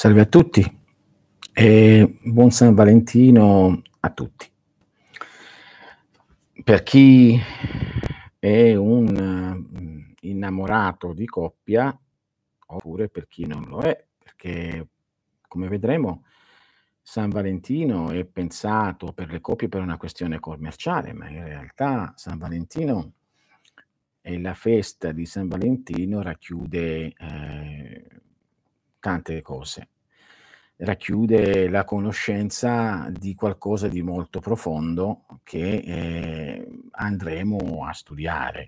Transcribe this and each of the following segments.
Salve a tutti e buon San Valentino a tutti. Per chi è un, innamorato di coppia, oppure per chi non lo è, perché come vedremo San Valentino è pensato per le coppie per una questione commerciale, ma in realtà San Valentino e la festa di San Valentino racchiude, tante cose. Racchiude la conoscenza di qualcosa di molto profondo che, andremo a studiare.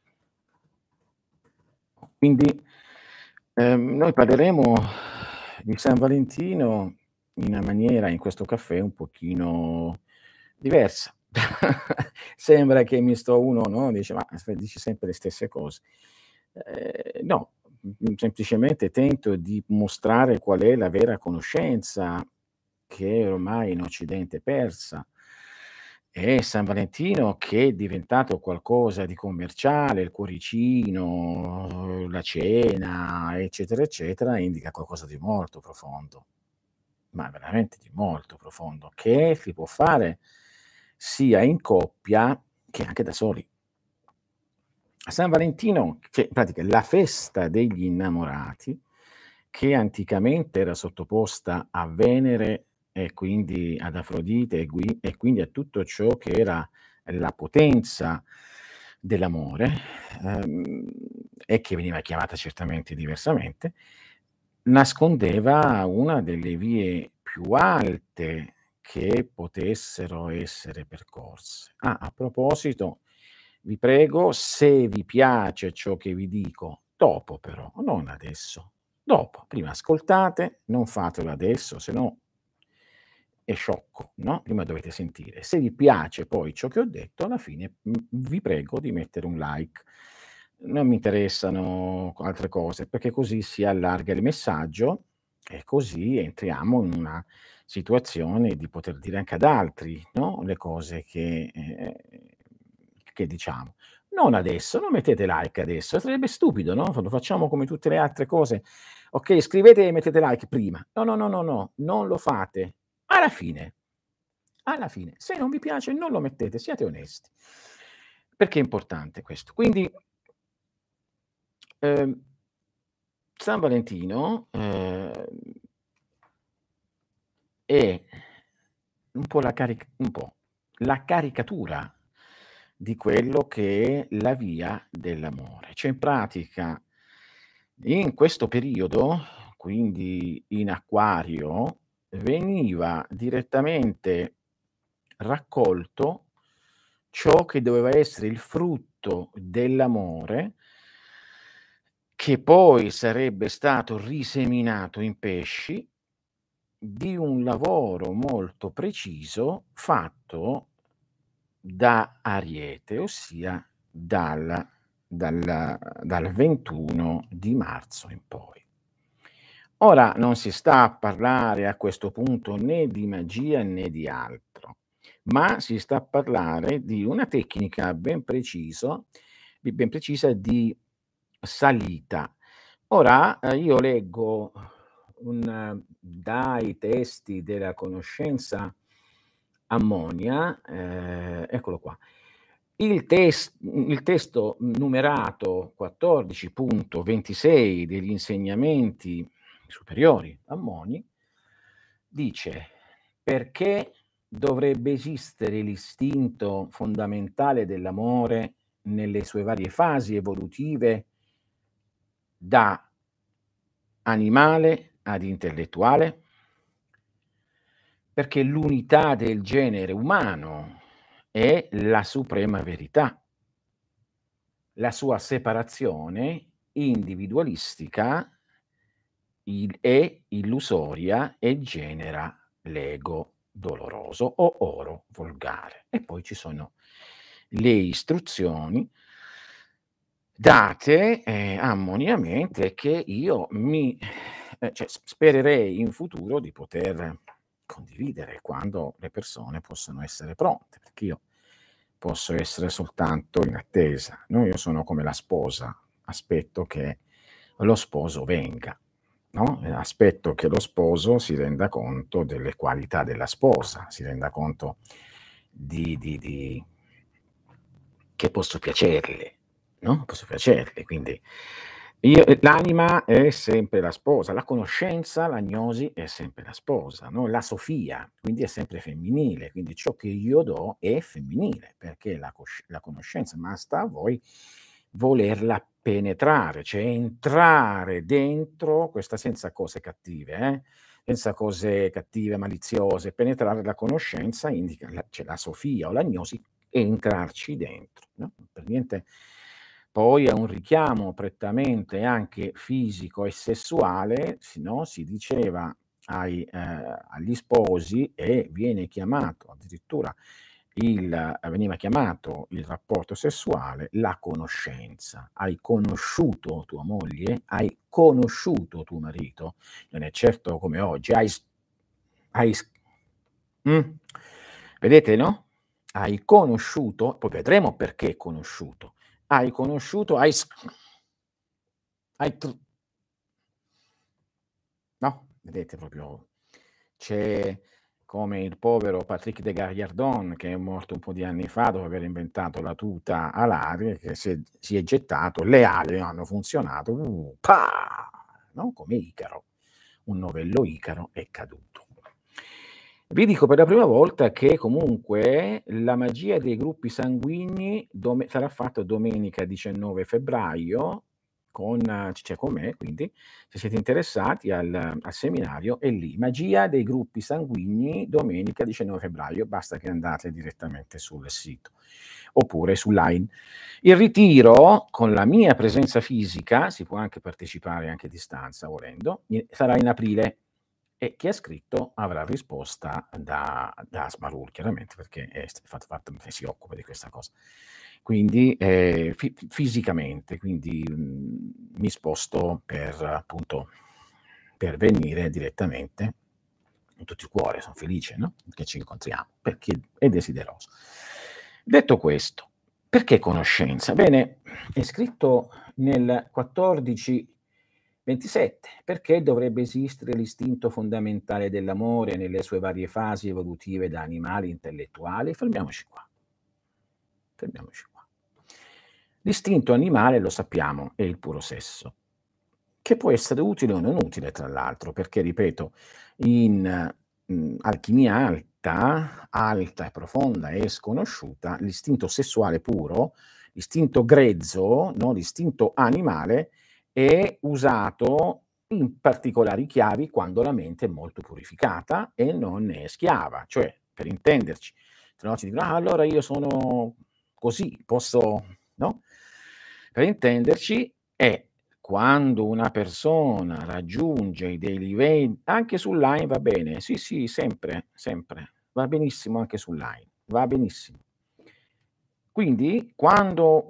Quindi, noi parleremo di San Valentino in una maniera, in questo caffè, un pochino diversa. Sembra che mi sto uno, no, dice: "Ma dici sempre le stesse cose". No, semplicemente tento di mostrare qual è la vera conoscenza che è ormai in Occidente è persa. E San Valentino che è diventato qualcosa di commerciale, il cuoricino, la cena, eccetera, eccetera, indica qualcosa di molto profondo, ma veramente di molto profondo, che si può fare sia in coppia che anche da soli. San Valentino, che in pratica è la festa degli innamorati, che anticamente era sottoposta a Venere e quindi ad Afrodite e quindi a tutto ciò che era la potenza dell'amore, e che veniva chiamata certamente diversamente, nascondeva una delle vie più alte che potessero essere percorse. A proposito, vi prego, se vi piace ciò che vi dico, dopo però, non adesso, dopo, prima ascoltate, non fatelo adesso, se no è sciocco, no, prima dovete sentire. Se vi piace poi ciò che ho detto, alla fine, vi prego di mettere un like. Non mi interessano altre cose, perché così si allarga il messaggio e così entriamo in una situazione di poter dire anche ad altri, no, le cose che diciamo. Non adesso, non mettete like adesso, sarebbe stupido, no, lo facciamo come tutte le altre cose. Okay, scrivete e mettete like prima. No, no, no, no, no, non lo fate. Alla fine, alla fine. Se non vi piace non lo mettete, siate onesti. Perché è importante questo. Quindi, ehm, San Valentino, è un po' la caricatura di quello che è la via dell'amore. Cioè in pratica in questo periodo, quindi in Acquario, veniva direttamente raccolto ciò che doveva essere il frutto dell'amore, che poi sarebbe stato riseminato in pesci, di un lavoro molto preciso fatto da Ariete, ossia dal 21 di marzo in poi. Ora non si sta a parlare a questo punto né di magia né di altro, ma si sta a parlare di una tecnica ben precisa di salita. Ora, io leggo dai testi della conoscenza ammonia, eccolo qua. Il testo numerato 14.26 degli insegnamenti superiori ammoni dice: "Perché dovrebbe esistere l'istinto fondamentale dell'amore nelle sue varie fasi evolutive da animale ad intellettuale? Perché l'unità del genere umano è la suprema verità. La sua separazione individualistica è illusoria e genera l'ego doloroso o oro volgare". E poi ci sono le istruzioni date, ammoniamente che io cioè spererei in futuro di poter condividere quando le persone possono essere pronte, perché io posso essere soltanto in attesa, no, io sono come la sposa, aspetto che lo sposo venga. no, aspetto che lo sposo si renda conto delle qualità della sposa, si renda conto di che posso piacerle, no, posso piacerle, quindi l'anima è sempre la sposa, la conoscenza, l'agnosi è sempre la sposa, no, la Sofia, quindi è sempre femminile, quindi ciò che io do è femminile, perché la conoscenza, ma sta a voi volerla penetrare, cioè entrare dentro questa senza cose cattive, senza cose cattive, maliziose, penetrare la conoscenza indica cioè la Sofia o l'agnosi, entrarci dentro, no, per niente poi è un richiamo prettamente anche fisico e sessuale, no, si diceva agli sposi e viene chiamato addirittura veniva chiamato il rapporto sessuale la conoscenza. Hai conosciuto tua moglie? Hai conosciuto tuo marito? Non è certo come oggi. Hai s mh, vedete, no, hai conosciuto, poi vedremo perché conosciuto. Hai conosciuto, hai tr no, vedete proprio c'è come il povero Patrick de Gaillardon, che è morto un po' di anni fa dopo aver inventato la tuta alaре, che si è gettato, le ali hanno funzionato, pa! No, come Icaro, un novello Icaro è caduto. Vi dico per la prima volta che comunque la magia dei gruppi sanguigni sarà fatta domenica 19 febbraio c'è con me, quindi se siete interessati al seminario è lì. Magia dei gruppi sanguigni, domenica 19 febbraio, basta che andate direttamente sul sito oppure su Line. Il ritiro con la mia presenza fisica, si può anche partecipare anche a distanza volendo, sarà in aprile e chi ha scritto avrà risposta da Asmarul, chiaramente perché si occupa di questa cosa. Quindi fisicamente, quindi mi sposto per appunto per venire direttamente con tutto il cuore, son felice, no, che ci incontriamo, perché è desideroso. Detto questo, perché conoscenza? Bene, è scritto nel 14:27, perché dovrebbe esistere l'istinto fondamentale dell'amore nelle sue varie fasi evolutive da animale intellettuale? Fermiamoci qua. Fermiamoci qua. L'istinto animale, lo sappiamo, è il puro sesso, che può essere utile o non utile tra l'altro, perché ripeto, in, alchimia alta e profonda e sconosciuta, l'istinto sessuale puro, l'istinto grezzo, no, l'istinto animale, è usato in particolari chiavi quando la mente è molto purificata e non ne è schiava. Cioè, per intenderci, se no ti dicono: "Ah, allora io sono così, posso", no, per intenderci è quando una persona raggiunge dei livelli anche sull'Line va bene, sì, sì, sempre, sempre, va benissimo anche sull'Line, va benissimo. Quindi quando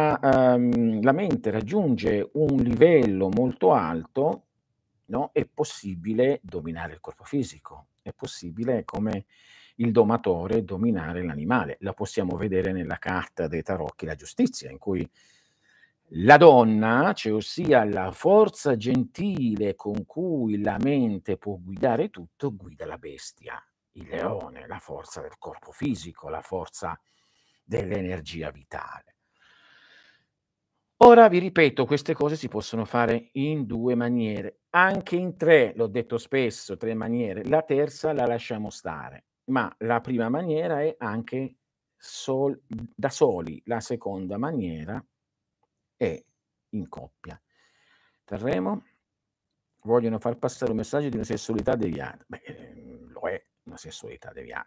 la mente raggiunge un livello molto alto, no, è possibile dominare il corpo fisico, è possibile come il domatore dominare l'animale. La possiamo vedere nella carta dei tarocchi La giustizia, in cui la donna, cioè ossia la forza gentile con cui la mente può guidare tutto, guida la bestia, il leone, la forza del corpo fisico, la forza dell'energia vitale. Ora vi ripeto, queste cose si possono fare in 2 maniere, anche in 3, l'ho detto spesso, 3 maniere. La terza la lasciamo stare, ma la prima maniera è anche da soli, la seconda maniera è in coppia. Terremo? Vogliono far passare un messaggio di una sessualità deviata. Beh, lo è una sessualità deviata.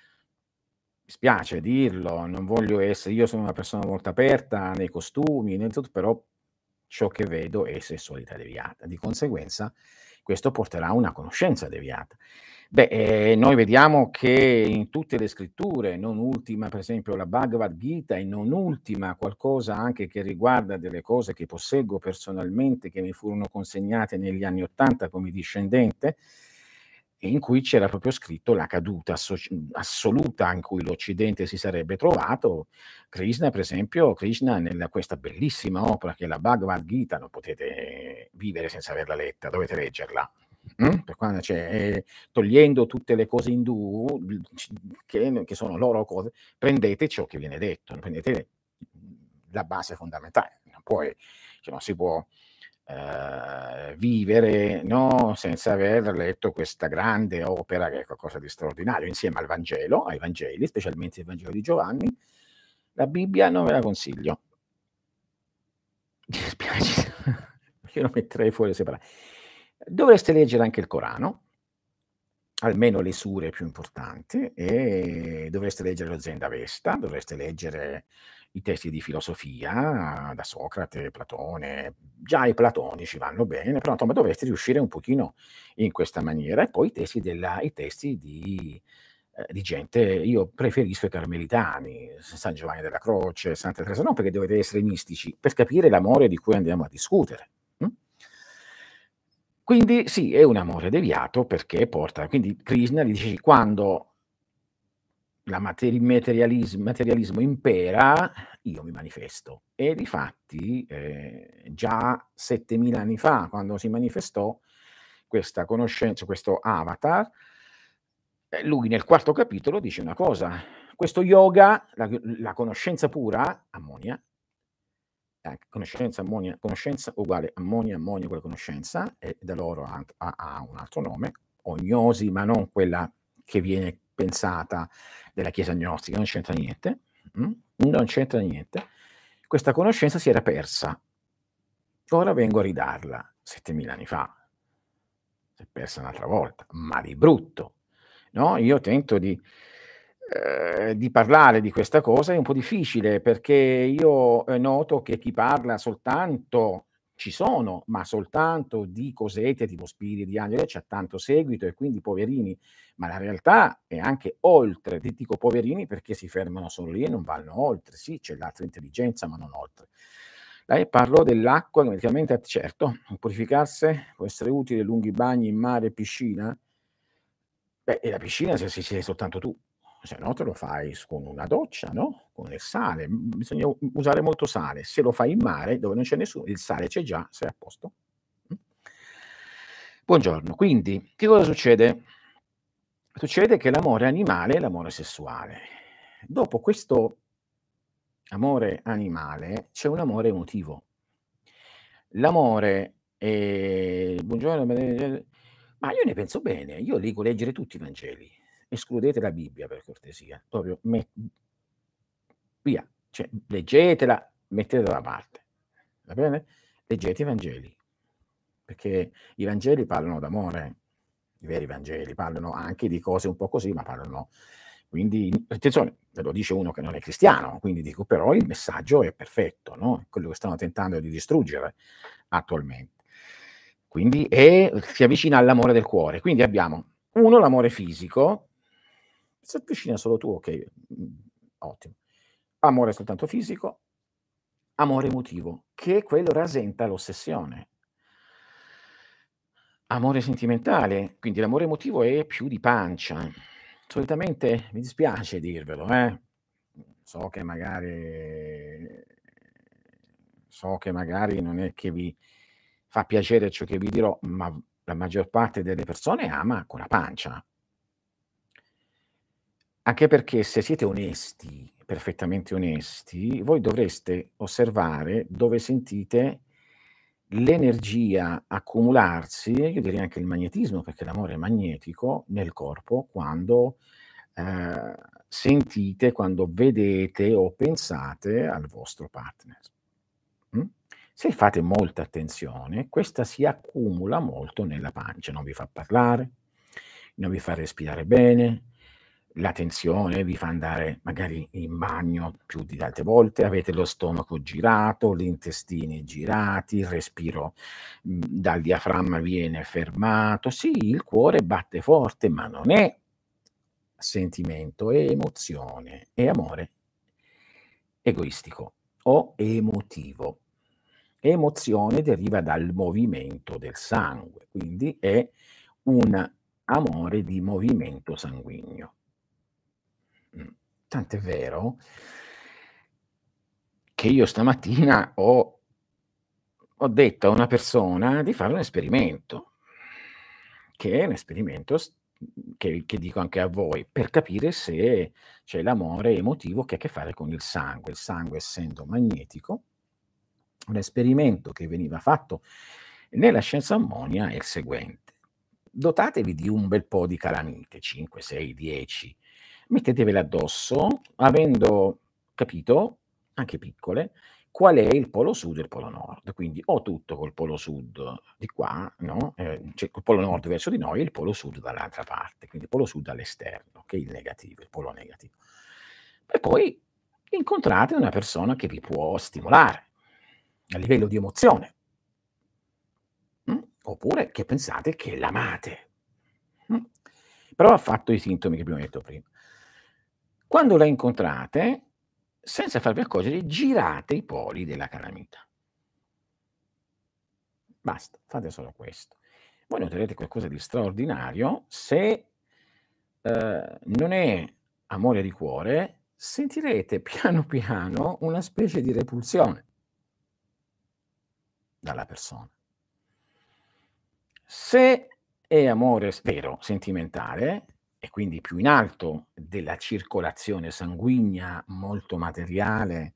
Mi spiace dirlo, non voglio essere io sono una persona molto aperta nei costumi, nel tutto, però ciò che vedo è sessualità deviata. Di conseguenza questo porterà a una conoscenza deviata. Beh, noi vediamo che in tutte le scritture, non ultima per esempio la Bhagavad Gita e non ultima qualcosa anche che riguarda delle cose che posseggo personalmente, che mi furono consegnate negli anni '80 come discendente, in cui c'era proprio scritto la caduta assoluta in cui l'Occidente si sarebbe trovato. Krishna per esempio, Krishna nella questa bellissima opera che è la Bhagavad Gita, lo potete vivere senza averla letta, dovete leggerla. Per quando togliendo tutte le cose indù, che sono loro cose, prendete ciò che viene detto, prendete la base fondamentale. Non si può vivere, no, senza aver letto questa grande opera che è qualcosa di straordinario, insieme al Vangelo, ai Vangeli, specialmente il Vangelo di Giovanni. La Bibbia non ve la consiglio. Mi dispiace, io lo metterei fuori separato. Dovreste leggere anche il Corano, almeno le sure più importanti, e dovreste leggere lo Zendavesta, dovreste leggere i testi di filosofia da Socrate, Platone, già i platonici vanno bene, però insomma dovreste riuscire un pochino in questa maniera, e poi i testi di gente, io preferisco i carmelitani, San Giovanni della Croce, Santa Teresa, non perché dovete essere mistici, per capire l'amore di cui andiamo a discutere. Quindi sì, è un amore deviato perché porta, quindi Krishna gli dice: quando il materialismo impera, io mi manifesto. E difatti, già 7000 anni fa, quando si manifestò questa conoscenza, questo avatar, lui nel quarto capitolo dice una cosa: questo yoga, la conoscenza pura, ammonia, conoscenza uguale ammonia uguale conoscenza, e da loro ha un altro nome, ognosi, ma non quella che viene pensata della chiesa gnostica, non c'entra niente, non c'entra niente. Questa conoscenza si era persa. Ora vengo a ridarla, 7000 anni fa. Si è persa un'altra volta, ma di brutto, no, io tento di parlare di questa cosa, è un po' difficile perché io, noto che chi parla soltanto, ci sono, ma soltanto di cosette tipo spiriti, di angeli, c'ha tanto seguito e quindi poverini, ma la realtà è anche oltre. Ti dico poverini perché si fermano solo lì e non vanno oltre. Sì, c'è l'altra intelligenza, ma non oltre. Parlo dell'acqua che praticamente, certo, purificarsi può essere utile, lunghi bagni in mare e piscina? Beh, e la piscina se sei soltanto tu, se no te lo fai con una doccia, no, con il sale. Bisogna usare molto sale. Se lo fai in mare dove non c'è nessuno, il sale c'è già, sei a posto. Mh. Buongiorno, quindi che cosa succede? Succede che l'amore animale è l'amore sessuale. Dopo questo amore animale c'è un amore emotivo. L'amore, buongiorno, ma io ne penso bene, io dico leggere tutti i Vangeli, escludete la Bibbia per cortesia, proprio via, cioè leggetela, mettetela da parte, va bene? Leggete i Vangeli, perché i Vangeli parlano d'amore, i veri Vangeli, parlano anche di cose un po' così, ma parlano, quindi attenzione, ve lo dice uno che non è cristiano, quindi dico però il messaggio è perfetto, no, è quello che stanno tentando di distruggere attualmente. Quindi si avvicina all'amore del cuore. Quindi abbiamo 1 l'amore fisico, se avvicina solo tu okay, ottimo. Amore soltanto fisico, amore emotivo, che quello rasenta l'ossessione. Amore sentimentale, quindi l'amore emotivo è più di pancia. Solitamente mi dispiace dirvelo, so che magari non è che vi fa piacere ciò che vi dirò, ma la maggior parte delle persone ama con la pancia. Anche perché se siete onesti, perfettamente onesti, voi dovreste osservare dove sentite l'energia accumularsi, e io direi anche il magnetismo, perché l'amore è magnetico, nel corpo quando, ehm, sentite, quando vedete o pensate al vostro partner. Mh? Se fate molta attenzione, questa si accumula molto nella pancia, non vi fa parlare, non vi fa respirare bene, la tensione vi fa andare magari in bagno più di tante volte, avete lo stomaco girato, gli intestini girati, il respiro, dal diaframma viene fermato. Sì, il cuore batte forte, ma non è sentimento, è emozione, è amore egoistico o emotivo. Emozione deriva dal movimento del sangue, quindi è un amore di movimento sanguigno. Mh. Tant'è vero che io stamattina ho detto a una persona di fare un esperimento, che è un esperimento che dico anche a voi, per capire se c'è l'amore emotivo che ha a che fare con il sangue. Il sangue essendo magnetico, un esperimento che veniva fatto nella scienza ammonia è il seguente: dotatevi di un bel po' di calamite, 5, 6, 10, mettetevele addosso, avendo capito, anche piccole, qual è il polo sud e il polo nord. Quindi o tutto col polo sud di qua, no, cioè col polo nord verso di noi e il polo sud dall'altra parte, quindi il polo sud all'esterno, che è il negativo, il polo negativo. E poi incontrate una persona che vi può stimolare a livello di emozione, oppure che pensate che l'amate, mh. Però ha fatto i sintomi che abbiamo detto prima. Quando la incontrate, senza farvi accorgere, girate i poli della calamita. Basta, fate solo questo. Voi noterete qualcosa di straordinario. Se, non è amore di cuore, sentirete piano piano una specie di repulsione dalla persona. Se è amore vero, sentimentale, e quindi più in alto della circolazione sanguigna, molto materiale,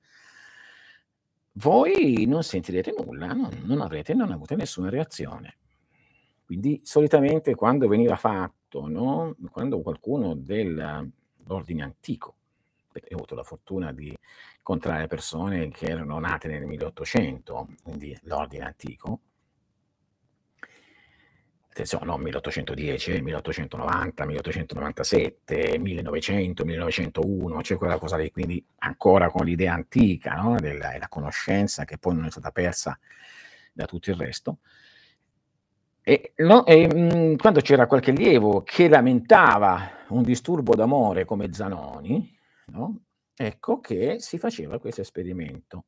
voi non sentirete nulla, non avute nessuna reazione. Quindi solitamente quando veniva fatto, no, quando qualcuno dell'ordine antico, perché io ho avuto la fortuna di incontrare persone che erano nate nel 1800, quindi l'ordine antico, attenzione, non 1810, 1890, 1897, 1900, 1901, c'è quella cosa lì, quindi ancora con l'idea antica, no, della conoscenza che poi non è stata persa da tutto il resto. Quando c'era qualche allievo che lamentava un disturbo d'amore come Zanoni, no, ecco che si faceva questo esperimento.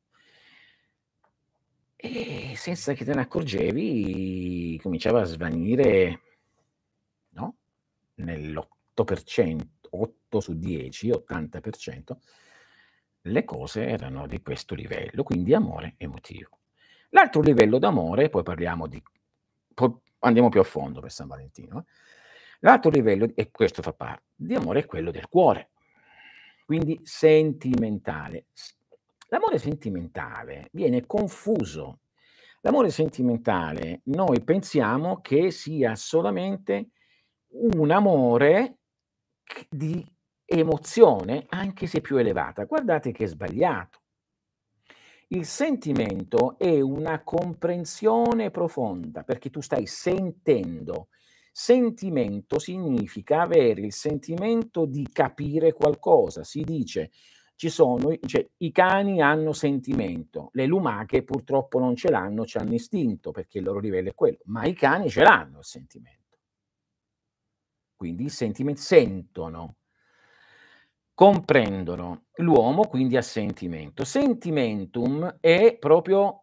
E senza che te ne accorgevi cominciava a svanire, no, nell'8%, 8 su 10, 80%, le cose erano di questo livello, quindi amore emotivo. L'altro livello d'amore, poi parliamo di poi andiamo più a fondo per San Valentino, l'altro livello, e questo fa parte, di amore è quello del cuore, quindi sentimentale. L'amore sentimentale viene confuso. L'amore sentimentale noi pensiamo che sia solamente un amore di emozione, anche se più elevata. Guardate che è sbagliato. Il sentimento è una comprensione profonda, perché tu stai sentendo. Sentimento significa avere il sentimento di capire qualcosa. Si dice, i cani hanno sentimento, le lumache purtroppo non ce l'hanno, c'hanno istinto, perché il loro livello è quello, ma i cani ce l'hanno il sentimento. Quindi sentono, comprendono. L'uomo quindi ha sentimento. Sentimentum è proprio,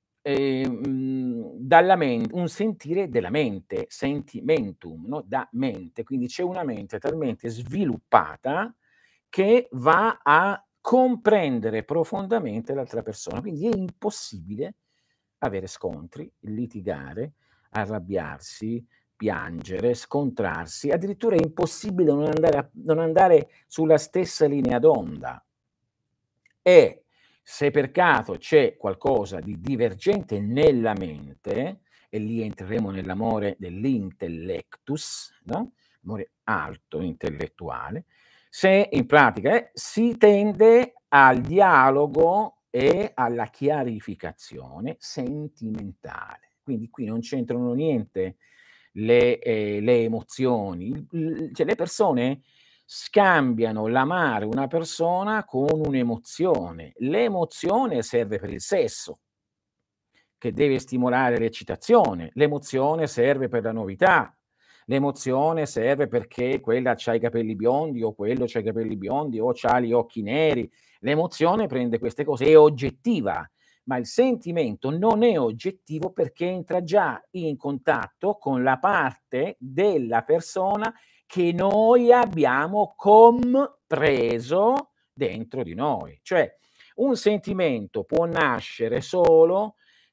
un sentire della mente, sentimentum, no, da mente. Quindi c'è una mente talmente sviluppata che va a comprendere profondamente l'altra persona. Quindi è impossibile avere scontri, litigare, arrabbiarsi, piangere, scontrarsi, addirittura è impossibile non andare sulla stessa linea d'onda. E se per caso c'è qualcosa di divergente nella mente, e lì entreremo nell'amore dell'intellectus, no, amore alto intellettuale, se in pratica, si tende al dialogo e alla chiarificazione sentimentale. Quindi qui non c'entrano niente le emozioni. Cioè le persone scambiano l'amare una persona con un'emozione. L'emozione serve per il sesso, che deve stimolare l'eccitazione. L'emozione serve per la novità. L'emozione serve perché quella c'ha i capelli biondi o quello c'ha i capelli biondi o c'ha gli occhi neri. L'emozione prende queste cose, è oggettiva, ma il sentimento non è oggettivo perché entra già in contatto con la parte della persona che noi abbiamo compreso dentro di noi. Cioè, un sentimento può nascere solo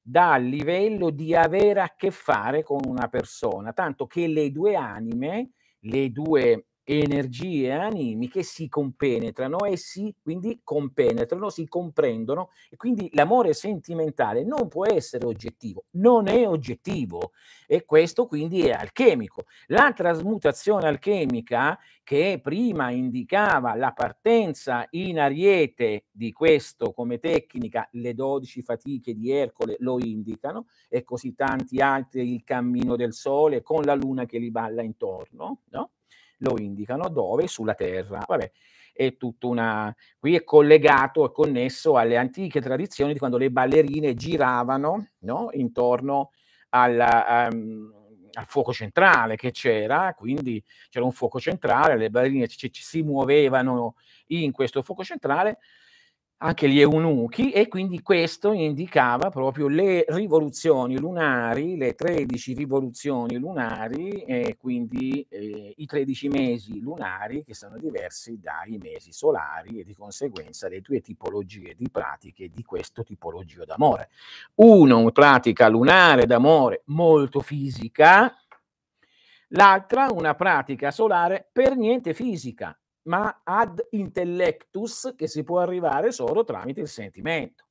dal livello di avere a che fare con una persona, tanto che le 2 anime, le 2 energie animiche si compenetrano e quindi compenetrano, si comprendono e quindi l'amore sentimentale non può essere oggettivo, non è oggettivo e questo quindi è alchemico. La trasmutazione alchemica che prima indicava la partenza in Ariete di questo come tecnica, le 12 fatiche di Ercole lo indicano e così tanti altri, il cammino del Sole con la Luna che gli balla intorno, no? Lo indicano dove? Sulla Terra. Vabbè, è tutta una qui è collegato, è connesso alle antiche tradizioni di quando le ballerine giravano, no? Intorno al fuoco centrale che c'era, quindi c'era un fuoco centrale, le ballerine si muovevano in questo fuoco centrale, anche gli eunuchi, e quindi questo indicava proprio le rivoluzioni lunari, le 13 rivoluzioni lunari e quindi i 13 mesi lunari che sono diversi dai mesi solari e di conseguenza le 2 tipologie di pratiche di questo tipologio d'amore. Uno pratica lunare d'amore molto fisica, l'altra una pratica solare per niente fisica, ma ad intellectus che si può arrivare solo tramite il sentimento.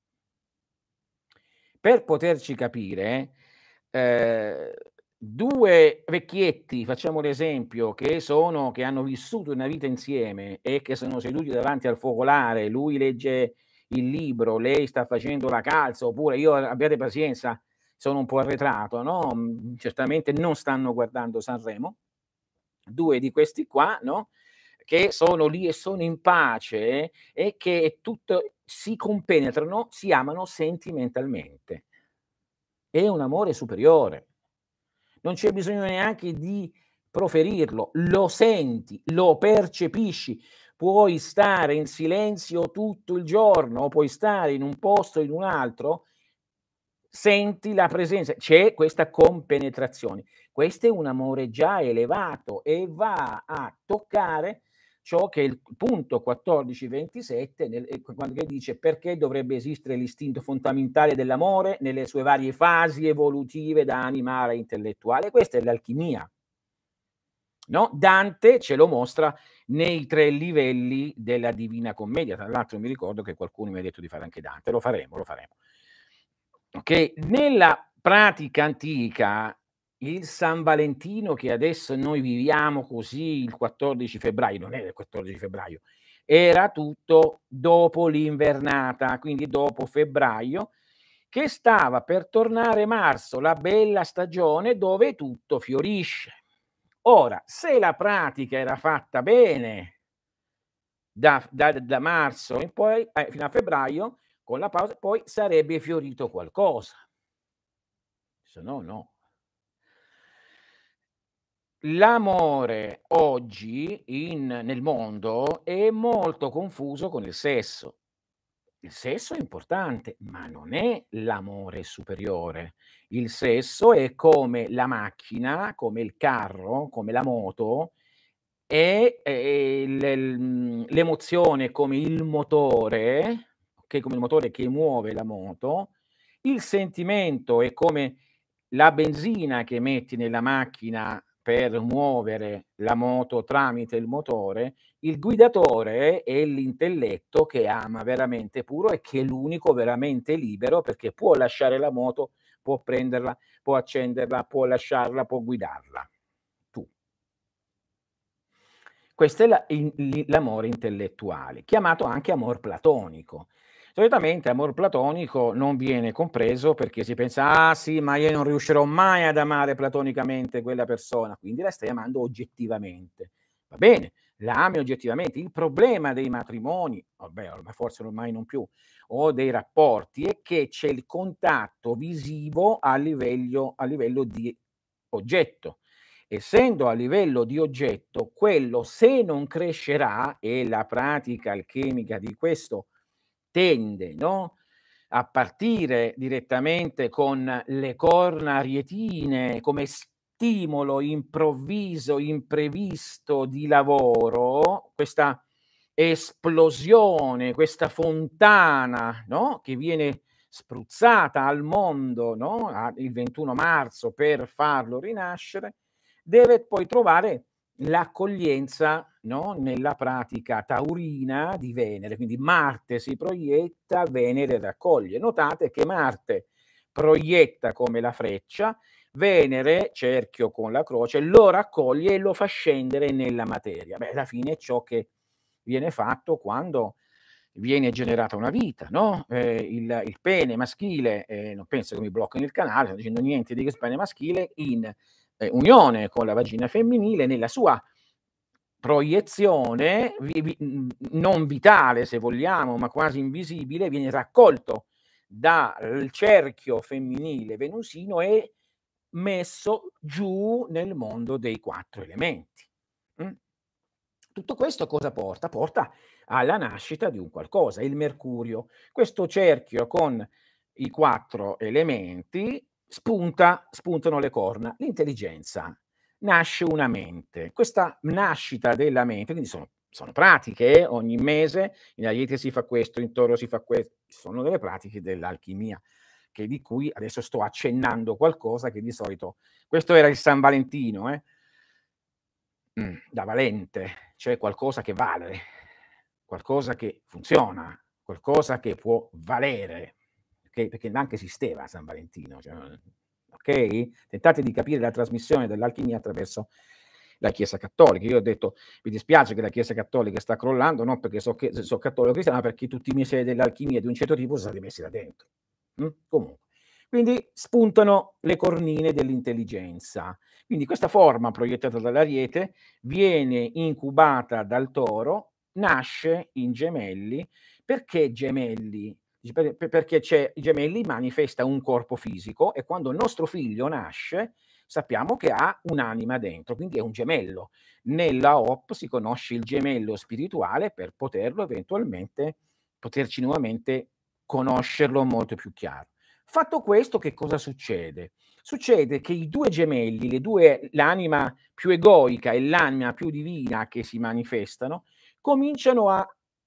Per poterci capire, 2 vecchietti, facciamo l'esempio, che hanno vissuto una vita insieme e che sono seduti davanti al focolare, lui legge il libro, lei sta facendo la calza, oppure io abbiate pazienza, sono un po' arretrato, no, certamente non stanno guardando Sanremo. 2 di questi qua, no, che sono lì e sono in pace e che tutto si compenetrano, si amano sentimentalmente. È un amore superiore. Non c'è bisogno neanche di proferirlo, lo senti, lo percepisci. Puoi stare in silenzio tutto il giorno o puoi stare in un posto o in un altro, senti la presenza, c'è questa compenetrazione. Questo è un amore già elevato e va a toccare ciò che è il punto 14-27 quando che dice: "Perché dovrebbe esistere l'istinto fondamentale dell'amore nelle sue varie fasi evolutive da animale a intellettuale?" Questa è l'alchimia, no, Dante ce lo mostra nei 3 livelli della Divina Commedia. Tra l'altro mi ricordo che qualcuno mi ha detto di fare anche Dante, lo faremo, lo faremo. Okay, nella pratica antica, il San Valentino che adesso noi viviamo così il 14 febbraio, non era il 14 febbraio, era tutto dopo l'invernata, quindi dopo febbraio, che stava per tornare marzo, la bella stagione dove tutto fiorisce. Ora, se la pratica era fatta bene da marzo in poi fino a febbraio, con la pausa, poi sarebbe fiorito qualcosa. Se no, no. L'amore oggi nel mondo è molto confuso con il sesso. Il sesso è importante, ma non è l'amore superiore. Il sesso è come la macchina, come il carro, come la moto, l'emozione come il motore, okay, come il motore che muove la moto, il sentimento è come la benzina che metti nella macchina per muovere la moto tramite il motore, il guidatore è l'intelletto che ama veramente puro e che è l'unico veramente libero perché può lasciare la moto, può prenderla, può accenderla, può lasciarla, può guidarla. Tu. Questo è l'amore intellettuale, chiamato anche amor platonico. Solitamente amor platonico non viene compreso perché si pensa: "Ah sì, ma io non riuscirò mai ad amare platonicamente quella persona", quindi la stai amando oggettivamente. Va bene, la ami oggettivamente. Il problema dei matrimoni, vabbè ormai forse ormai non più, o dei rapporti è che c'è il contatto visivo a livello di oggetto. Essendo a livello di oggetto, quello se non crescerà, e la pratica alchemica di questo tende, no, a partire direttamente con le corna arietine come stimolo improvviso, imprevisto di lavoro, questa esplosione, questa fontana, no, che viene spruzzata al mondo, no, il 21 marzo per farlo rinascere, deve poi trovare l'accoglienza, no, nella pratica taurina di Venere. Quindi Marte si proietta, Venere raccoglie. Notate che Marte proietta come la freccia, Venere, cerchio con la croce, lo raccoglie e lo fa scendere nella materia. Beh, alla fine è ciò che viene fatto quando viene generata una vita, no? Il pene maschile, non penso che mi bloccano il canale, sto dicendo niente di questo pene maschile, in unione con la vagina femminile, nella sua proiezione non vitale se vogliamo, ma quasi invisibile, viene raccolto dal cerchio femminile venusino e messo giù nel mondo dei 4 elementi. Tutto questo cosa porta? Porta alla nascita di un qualcosa, il mercurio. Questo cerchio con i 4 elementi spuntano le corna, l'intelligenza. Nasce una mente. Questa nascita della mente, quindi sono pratiche, ogni mese in Ariete si fa questo, in Toro si fa questo, sono delle pratiche dell'alchimia, di cui adesso sto accennando qualcosa che di solito questo era il San Valentino, da valente, cioè qualcosa che vale, qualcosa che funziona, qualcosa che può valere, perché neanche esisteva San Valentino, cioè, okay? Tentate di capire la trasmissione dell'alchimia attraverso la Chiesa cattolica. Io ho detto: "Mi dispiace che la Chiesa cattolica sta crollando, non perché so cattolico cristiano, ma perché tutti i misteri dell'alchimia di un certo tipo sono stati messi là dentro". Comunque. Quindi spuntano le cornine dell'intelligenza. Quindi questa forma proiettata dall'Ariete viene incubata dal Toro, nasce in Gemelli. Perché Gemelli? Perché i Gemelli manifesta un corpo fisico e quando il nostro figlio nasce sappiamo che ha un'anima dentro, quindi è un gemello. Nella HOP si conosce il gemello spirituale per poterci nuovamente conoscerlo molto più chiaro. Fatto questo, che cosa succede? Succede che i 2 gemelli, l'anima più egoica e l'anima più divina che si manifestano, cominciano a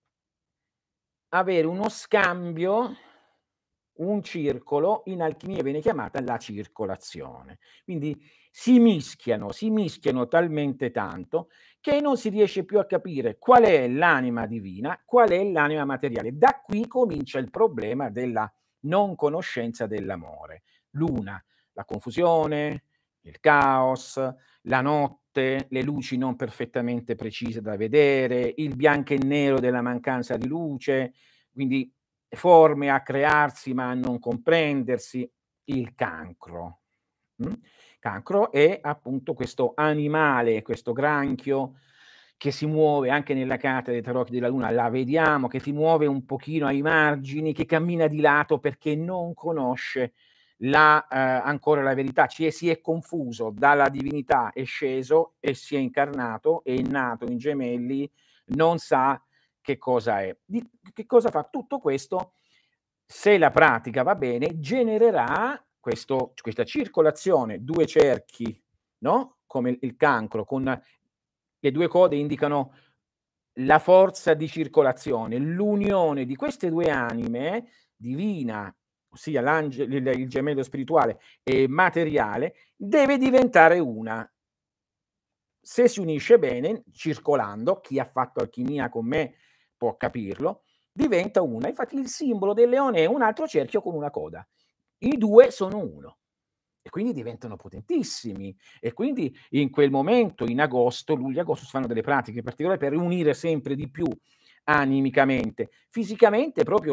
avere uno scambio, un circolo, in alchimia viene chiamata la circolazione. Quindi si mischiano talmente tanto che non si riesce più a capire qual è l'anima divina, qual è l'anima materiale. Da qui comincia il problema della non conoscenza dell'amore. L'una, la confusione, il caos, la notte, le luci non perfettamente precise da vedere, il bianco e nero della mancanza di luce, quindi forme a crearsi ma a non comprendersi, il cancro. Cancro è appunto questo animale, questo granchio che si muove anche nella carta dei tarocchi della luna, la vediamo che si muove un pochino ai margini, che cammina di lato perché non conosce ancora la verità, si è confuso, dalla divinità è sceso e si è incarnato, è nato in gemelli, non sa che cosa è. Che cosa fa? Tutto questo, se la pratica va bene, genererà questa circolazione, 2 cerchi, no, come il cancro, con le 2 code indicano la forza di circolazione, l'unione di queste 2 anime, divina, ossia il gemello spirituale e materiale, deve diventare una. Se si unisce bene, circolando, chi ha fatto alchimia con me può capirlo, diventa una. Infatti il simbolo del leone è un altro cerchio con una coda. I 2 sono uno e quindi diventano potentissimi e quindi in quel momento, in agosto, luglio, agosto, si fanno delle pratiche particolari per unire sempre di più animicamente. Fisicamente proprio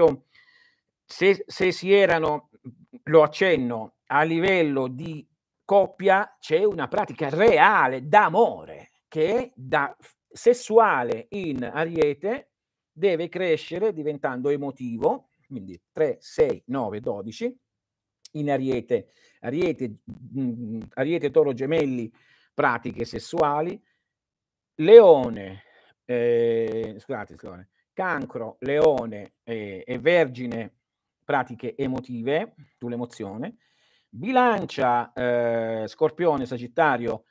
se si erano, lo accenno, a livello di coppia, c'è una pratica reale d'amore che da sessuale in Ariete deve crescere diventando emotivo, quindi 3, 6, 9, 12 in Ariete, Toro, Gemelli, pratiche sessuali, Leone, Cancro, Leone e Vergine, pratiche emotive sull'emozione, Bilancia, Scorpione, Sagittario,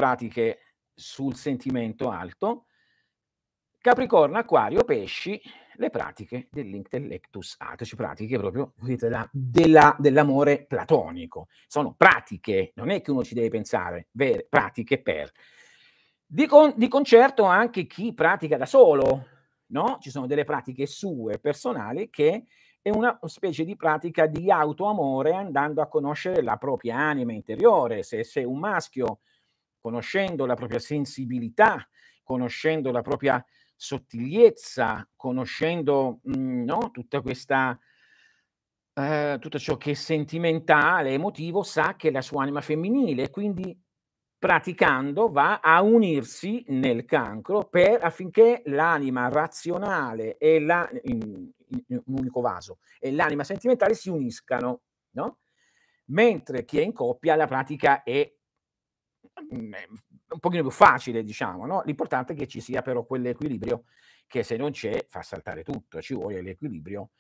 pratiche sul sentimento alto, Capricorno, Acquario, Pesci, le pratiche dell'intellectus atris, pratiche proprio dell'amore platonico. Sono pratiche, non è che uno ci deve pensare, vere pratiche per. Di concerto anche chi pratica da solo, no, ci sono delle pratiche sue personali che è una specie di pratica di autoamore andando a conoscere la propria anima interiore. Se sei un maschio, conoscendo la propria sensibilità, conoscendo la propria sottigliezza, conoscendo, no, tutta questa tutto ciò che è sentimentale, emotivo, sa che è la sua anima femminile e quindi praticando va a unirsi nel cancro affinché l'anima razionale e in un unico vaso e l'anima sentimentale si uniscano, no, mentre chi è in coppia la pratica è un pochino più facile diciamo, no, l'importante è che ci sia però quell'equilibrio che se non c'è fa saltare tutto, ci vuole l'equilibrio,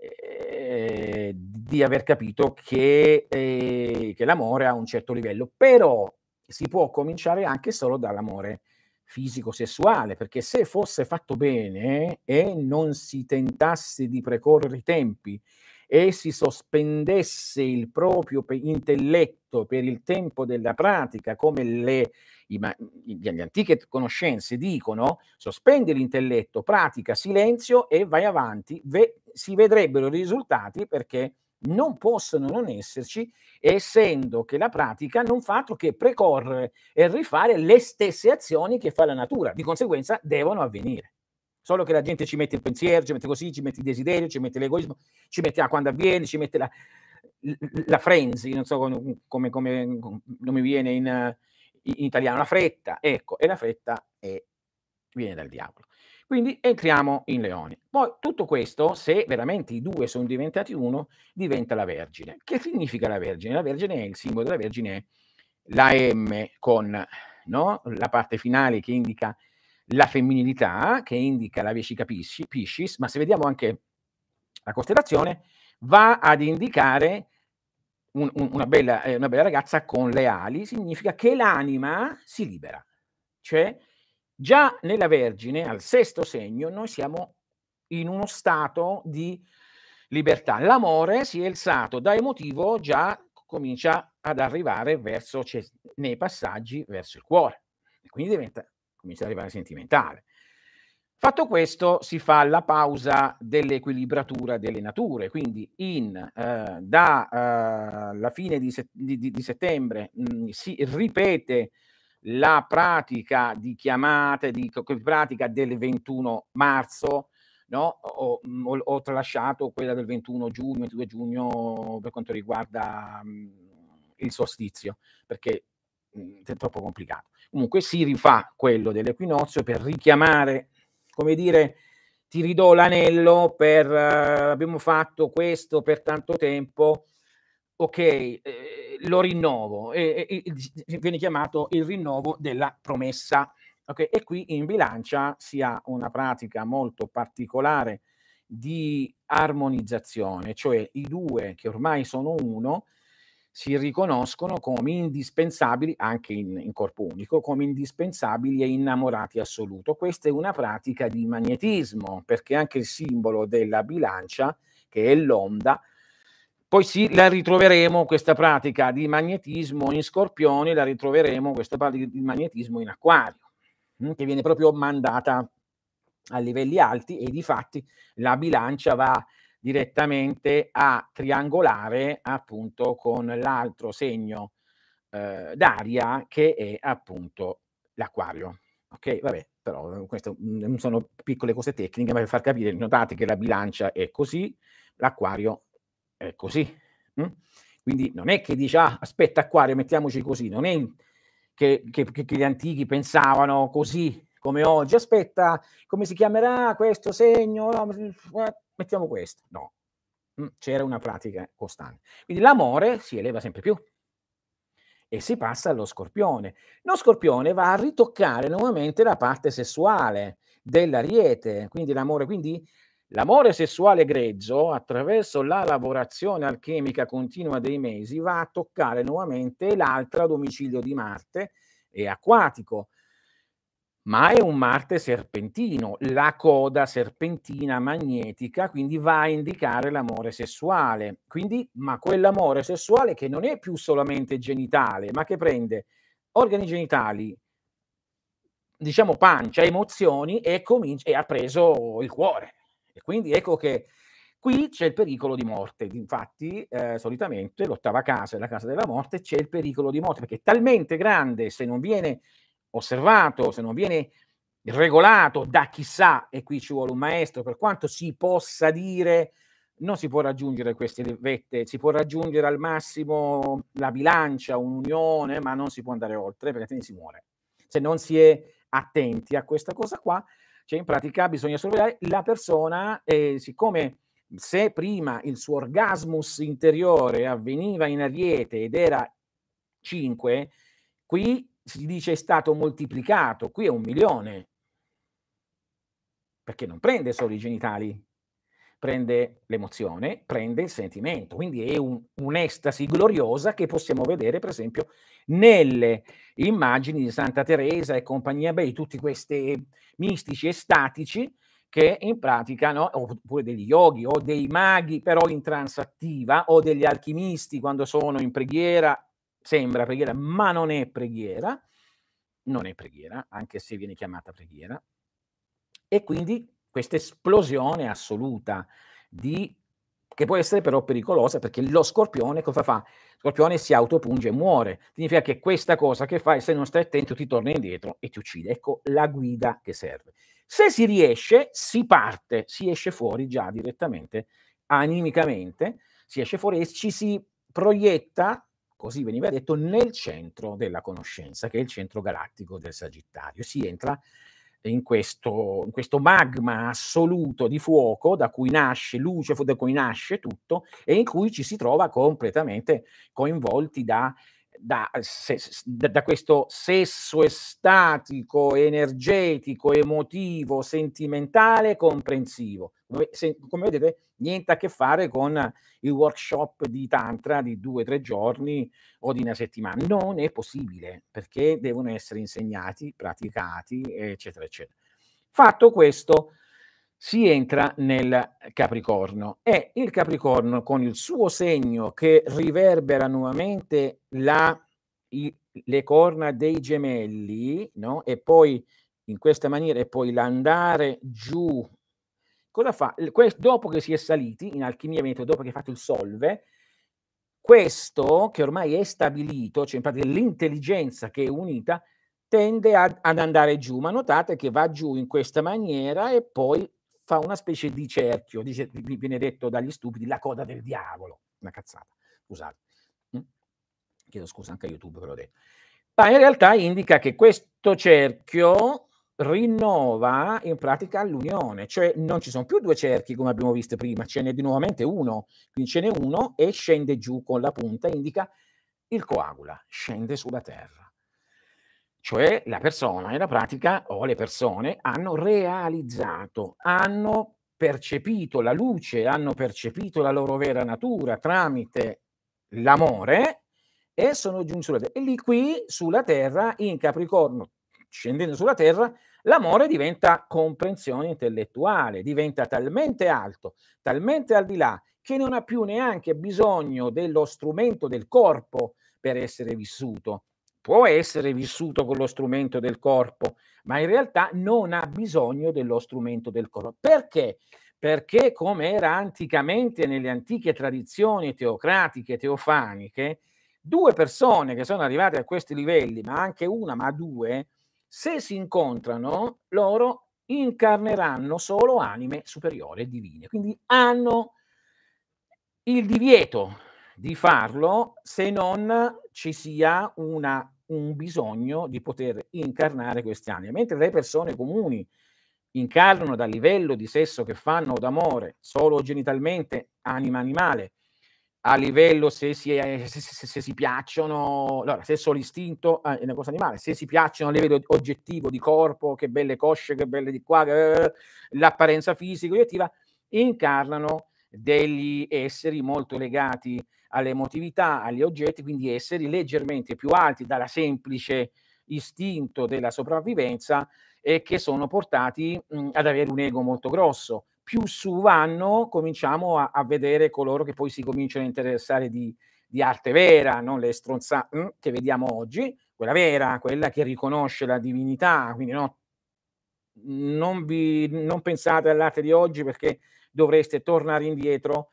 di aver capito che l'amore ha un certo livello, però si può cominciare anche solo dall'amore fisico-sessuale, perché se fosse fatto bene e non si tentasse di precorrere i tempi e si sospendesse il proprio intelletto per il tempo della pratica, come le antiche conoscenze dicono, sospendi l'intelletto, pratica, silenzio e vai avanti, si vedrebbero i risultati perché non possono non esserci, essendo che la pratica non fa altro che precorrere e rifare le stesse azioni che fa la natura, di conseguenza devono avvenire. Solo che la gente ci mette il pensiero, ci mette così, ci mette il desiderio, ci mette l'egoismo, ci mette quando avviene, ci mette la frenzy, non so come non mi viene in italiano, la fretta, ecco, e la fretta viene dal diavolo. Quindi entriamo in Leone. Poi tutto questo, se veramente i due sono diventati uno, diventa la Vergine. Che significa la Vergine? La Vergine è il simbolo della Vergine è la M con, no, la parte finale che indica la femminilità, che indica la Vesica Piscis, ma se vediamo anche la costellazione, va ad indicare una bella ragazza con le ali, significa che l'anima si libera. Cioè, già nella Vergine, al sesto segno, noi siamo in uno stato di libertà. L'amore si è alzato da emotivo, già comincia ad arrivare verso, nei passaggi verso il cuore, e quindi comincia ad arrivare sentimentale. Fatto questo, si fa la pausa dell'equilibratura delle nature, quindi la fine di settembre si ripete la pratica di chiamate, pratica del 21 marzo, no? Ho tralasciato quella del 21 giugno, 22 giugno per quanto riguarda il solstizio, perché è troppo complicato. Comunque si rifà quello dell'equinozio per richiamare, come dire, ti ridò l'anello abbiamo fatto questo per tanto tempo, ok, lo rinnovo, e viene chiamato il rinnovo della promessa. Okay? E qui in bilancia si ha una pratica molto particolare di armonizzazione, cioè i due che ormai sono uno si riconoscono come indispensabili, anche in corpo unico, come indispensabili e innamorati assoluto. Questa è una pratica di magnetismo, perché anche il simbolo della bilancia, che è l'onda, poi la ritroveremo questa pratica di magnetismo in Scorpione, la ritroveremo questa pratica di magnetismo in Acquario, che viene proprio mandata a livelli alti e difatti la bilancia va direttamente a triangolare appunto con l'altro segno d'aria che è appunto l'Acquario. Ok, vabbè, però questo sono piccole cose tecniche, ma per far capire, notate che la bilancia è così, l'Acquario è così. Quindi non è che dici, aspetta Acquario, mettiamoci così, non è che gli antichi pensavano così come oggi, aspetta, come si chiamerà questo segno? No, mettiamo questo. No, c'era una pratica costante. Quindi l'amore si eleva sempre più e si passa allo Scorpione. Lo Scorpione va a ritoccare nuovamente la parte sessuale dell'Ariete, quindi l'amore sessuale grezzo, attraverso la lavorazione alchemica continua dei mesi, va a toccare nuovamente l'altra domicilio di Marte, è acquatico. ma è un Marte serpentino, la coda serpentina magnetica, quindi va a indicare l'amore sessuale. Quindi, ma quell'amore sessuale che non è più solamente genitale, ma che prende organi genitali, diciamo pancia, emozioni e ha preso il cuore. E quindi ecco che qui c'è il pericolo di morte. Infatti, solitamente l'ottava casa è la casa della morte, c'è il pericolo di morte, perché è talmente grande se non viene osservato, se non viene regolato da chissà, e qui ci vuole un maestro, per quanto si possa dire, non si può raggiungere queste vette, si può raggiungere al massimo la bilancia, un'unione, ma non si può andare oltre perché altrimenti si muore. Se non si è attenti a questa cosa qua, cioè in pratica bisogna sorvegliare la persona, siccome se prima il suo orgasmus interiore avveniva in Ariete ed era 5, qui si dice è stato moltiplicato, qui è 1.000.000, perché non prende solo i genitali, prende l'emozione, prende il sentimento, quindi è un'estasi gloriosa che possiamo vedere per esempio nelle immagini di Santa Teresa e compagnia bella, di tutti questi mistici estatici che in pratica, no, oppure degli yogi o dei maghi però in transattiva o degli alchimisti quando sono in preghiera, sembra preghiera ma non è preghiera, non è preghiera, anche se viene chiamata preghiera. E quindi questa esplosione assoluta di che può essere però pericolosa perché lo scorpione cosa fa? Lo scorpione si autopunge e muore. Significa che questa cosa che fai, se non stai attento, ti torna indietro e ti uccide. Ecco la guida che serve. Se si riesce, si parte, si esce fuori già direttamente, animicamente, si esce fuori e ci si proietta, così veniva detto, nel centro della conoscenza, che è il centro galattico del Sagittario. Si entra in questo magma assoluto di fuoco da cui nasce luce, da cui nasce tutto e in cui ci si trova completamente coinvolti da questo sesso estatico, energetico, emotivo, sentimentale, comprensivo. Come vedete, niente a che fare con il workshop di tantra di 2, 3 giorni o di una settimana. Non è possibile, perché devono essere insegnati, praticati, eccetera, eccetera. Fatto questo, si entra nel Capricorno e il Capricorno con il suo segno che riverbera nuovamente le corna dei gemelli, no, e poi in questa maniera e poi l'andare giù. Cosa fa? Dopo che si è saliti, in alchimia viene detto dopo che hai fatto il solve, questo che ormai è stabilito, cioè in pratica l'intelligenza che è unita, tende ad andare giù, ma notate che va giù in questa maniera e poi fa una specie di cerchio, viene detto dagli stupidi la coda del diavolo, una cazzata, scusate. Mh. Chiedo scusa anche a YouTube che l'ho detto. Ma in realtà indica che questo cerchio rinnova in pratica l'unione, cioè non ci son più 2 cerchi come abbiamo visto prima, ce n'è di nuovamente 1, quindi ce n'è 1 e scende giù con la punta, indica il coagula, scende sulla terra. Cioè la persona in pratica o le persone hanno realizzato, hanno percepito la luce, hanno percepito la loro vera natura tramite l'amore e sono giunti sulla e lì qui sulla terra, in Capricorno, scendendo sulla terra, l'amore diventa comprensione intellettuale, diventa talmente alto, talmente al di là, che non ha più neanche bisogno dello strumento del corpo per essere vissuto. Può essere vissuto con lo strumento del corpo, ma in realtà non ha bisogno dello strumento del corpo. Perché? Perché come era anticamente nelle antiche tradizioni teocratiche, teofaniche, 2 persone che sono arrivate a questi livelli, ma anche 1, ma 2, se si incontrano, loro incarneranno solo anime superiori e divine. Quindi hanno il divieto di farlo se non ci sia un bisogno di poter incarnare queste anime, mentre le persone comuni incarnano dal livello di sesso che fanno o d'amore solo genitalmente, anima animale, a livello se si piacciono, allora se solo istinto è una cosa animale, se si piacciono a livello oggettivo di corpo, che belle cosce, che belle di qua, l'apparenza fisica oggettiva, incarnano degli esseri molto legati all'emotività, agli oggetti, quindi esseri leggermente più alti dalla semplice istinto della sopravvivenza e che sono portati ad avere un ego molto grosso. Più su vanno, cominciamo a vedere coloro che poi si cominciano a interessare di arte vera, non le che vediamo oggi, quella vera, quella che riconosce la divinità, quindi no, non pensate all'arte di oggi perché dovreste tornare indietro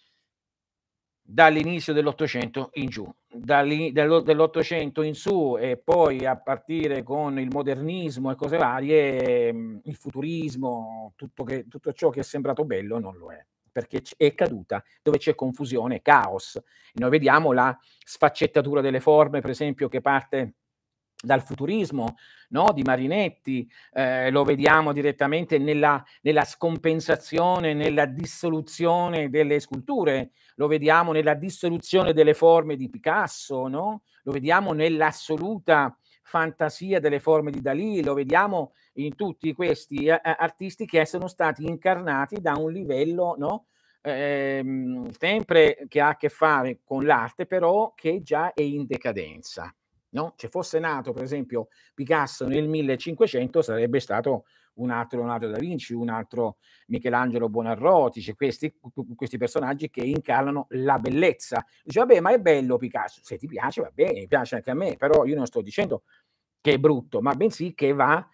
dall'inizio dell'Ottocento in giù. Dall'Ottocento in su e poi a partire con il modernismo e cose varie, il futurismo, tutto ciò che è sembrato bello non lo è, perché è caduta. Dove c'è confusione, caos. Noi vediamo la sfaccettatura delle forme, per esempio, che parte dal futurismo, no, di Marinetti, lo vediamo direttamente nella scompensazione, nella dissoluzione delle sculture, lo vediamo nella dissoluzione delle forme di Picasso, no, lo vediamo nell'assoluta fantasia delle forme di Dalì, lo vediamo in tutti questi artisti che sono stati incarnati da un livello, no, sempre che ha a che fare con l'arte, però che già è in decadenza. No? Se fosse nato, per esempio, Picasso nel 1500 sarebbe stato un altro Leonardo da Vinci, un altro Michelangelo Buonarroti, c'è questi personaggi che incarnano la bellezza. Dice, vabbè, ma è bello Picasso. Se ti piace, va bene, piace anche a me, però io non sto dicendo che è brutto, ma bensì che va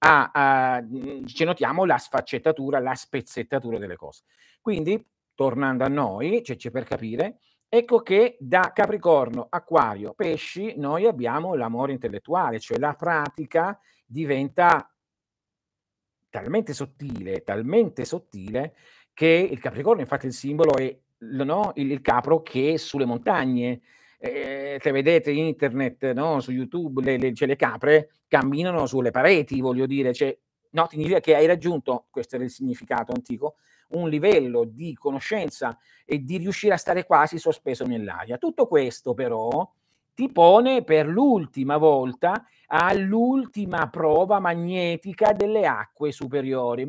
ci notiamo la sfaccettatura, la spezzettatura delle cose. Quindi, tornando a noi, cioè per capire, ecco che da Capricorno, Acquario, Pesci noi abbiamo l'amore intellettuale, cioè la pratica diventa talmente sottile che il Capricorno, infatti il simbolo è no, il capro che è sulle montagne. Se vedete internet, no, su YouTube, cioè le capre camminano sulle pareti, voglio dire, cioè, no, significa che hai raggiunto, questo era il significato antico, un livello di conoscenza e di riuscire a stare quasi sospeso nell'aria. Tutto questo però ti pone per l'ultima volta all'ultima prova magnetica delle acque superiori,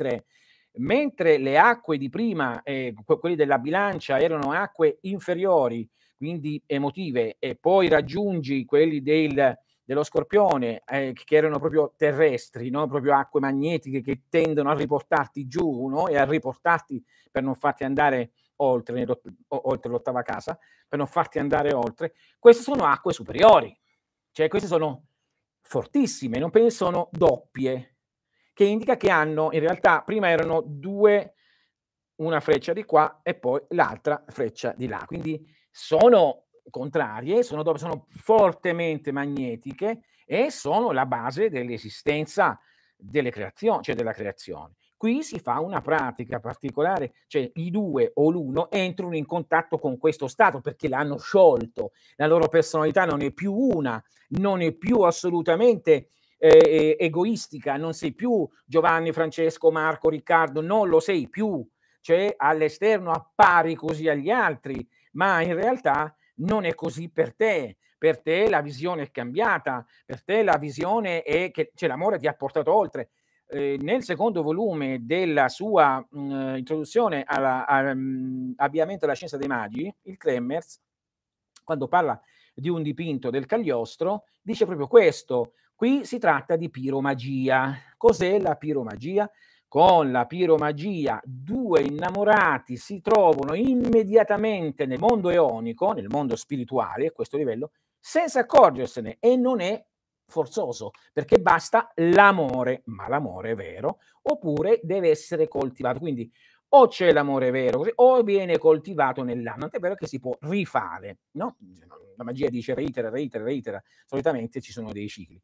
mentre le acque di prima, quelli della bilancia erano acque inferiori, quindi emotive, e poi raggiungi quelli dello Scorpione, che erano proprio terrestri, no? Proprio acque magnetiche che tendono a riportarti giù, no? E a riportarti per non farti andare oltre l'ottava casa, per non farti andare oltre. Queste sono acque superiori, cioè queste sono fortissime, non penso sono doppie, che indica che hanno in realtà prima erano due, una freccia di qua e poi l'altra freccia di là, quindi sono contrarie, sono fortemente magnetiche e sono la base dell'esistenza della creazione. Qui si fa una pratica particolare, cioè i due o l'uno entrano in contatto con questo stato perché l'hanno sciolto, la loro personalità non è più una, non è più assolutamente egoistica, non sei più Giovanni, Francesco, Marco, Riccardo, non lo sei più, cioè all'esterno appari così agli altri, ma in realtà non è così per te. Per te la visione è cambiata, per te la visione è che cioè, l'amore ti ha portato oltre. Nel secondo volume della sua introduzione all'avviamento della scienza dei magi, il Kremers, quando parla di un dipinto del Cagliostro, dice proprio questo. Qui si tratta di piromagia. Cos'è la piromagia? Con la piromagia due innamorati si trovano immediatamente nel mondo eonico, nel mondo spirituale, a questo livello, senza accorgersene, e non è forzoso, perché basta l'amore, ma l'amore è vero, oppure deve essere coltivato. Quindi o c'è l'amore vero o viene coltivato nell'anno, tant'è vero che si può rifare, no? La magia dice reitera, solitamente ci sono dei cicli.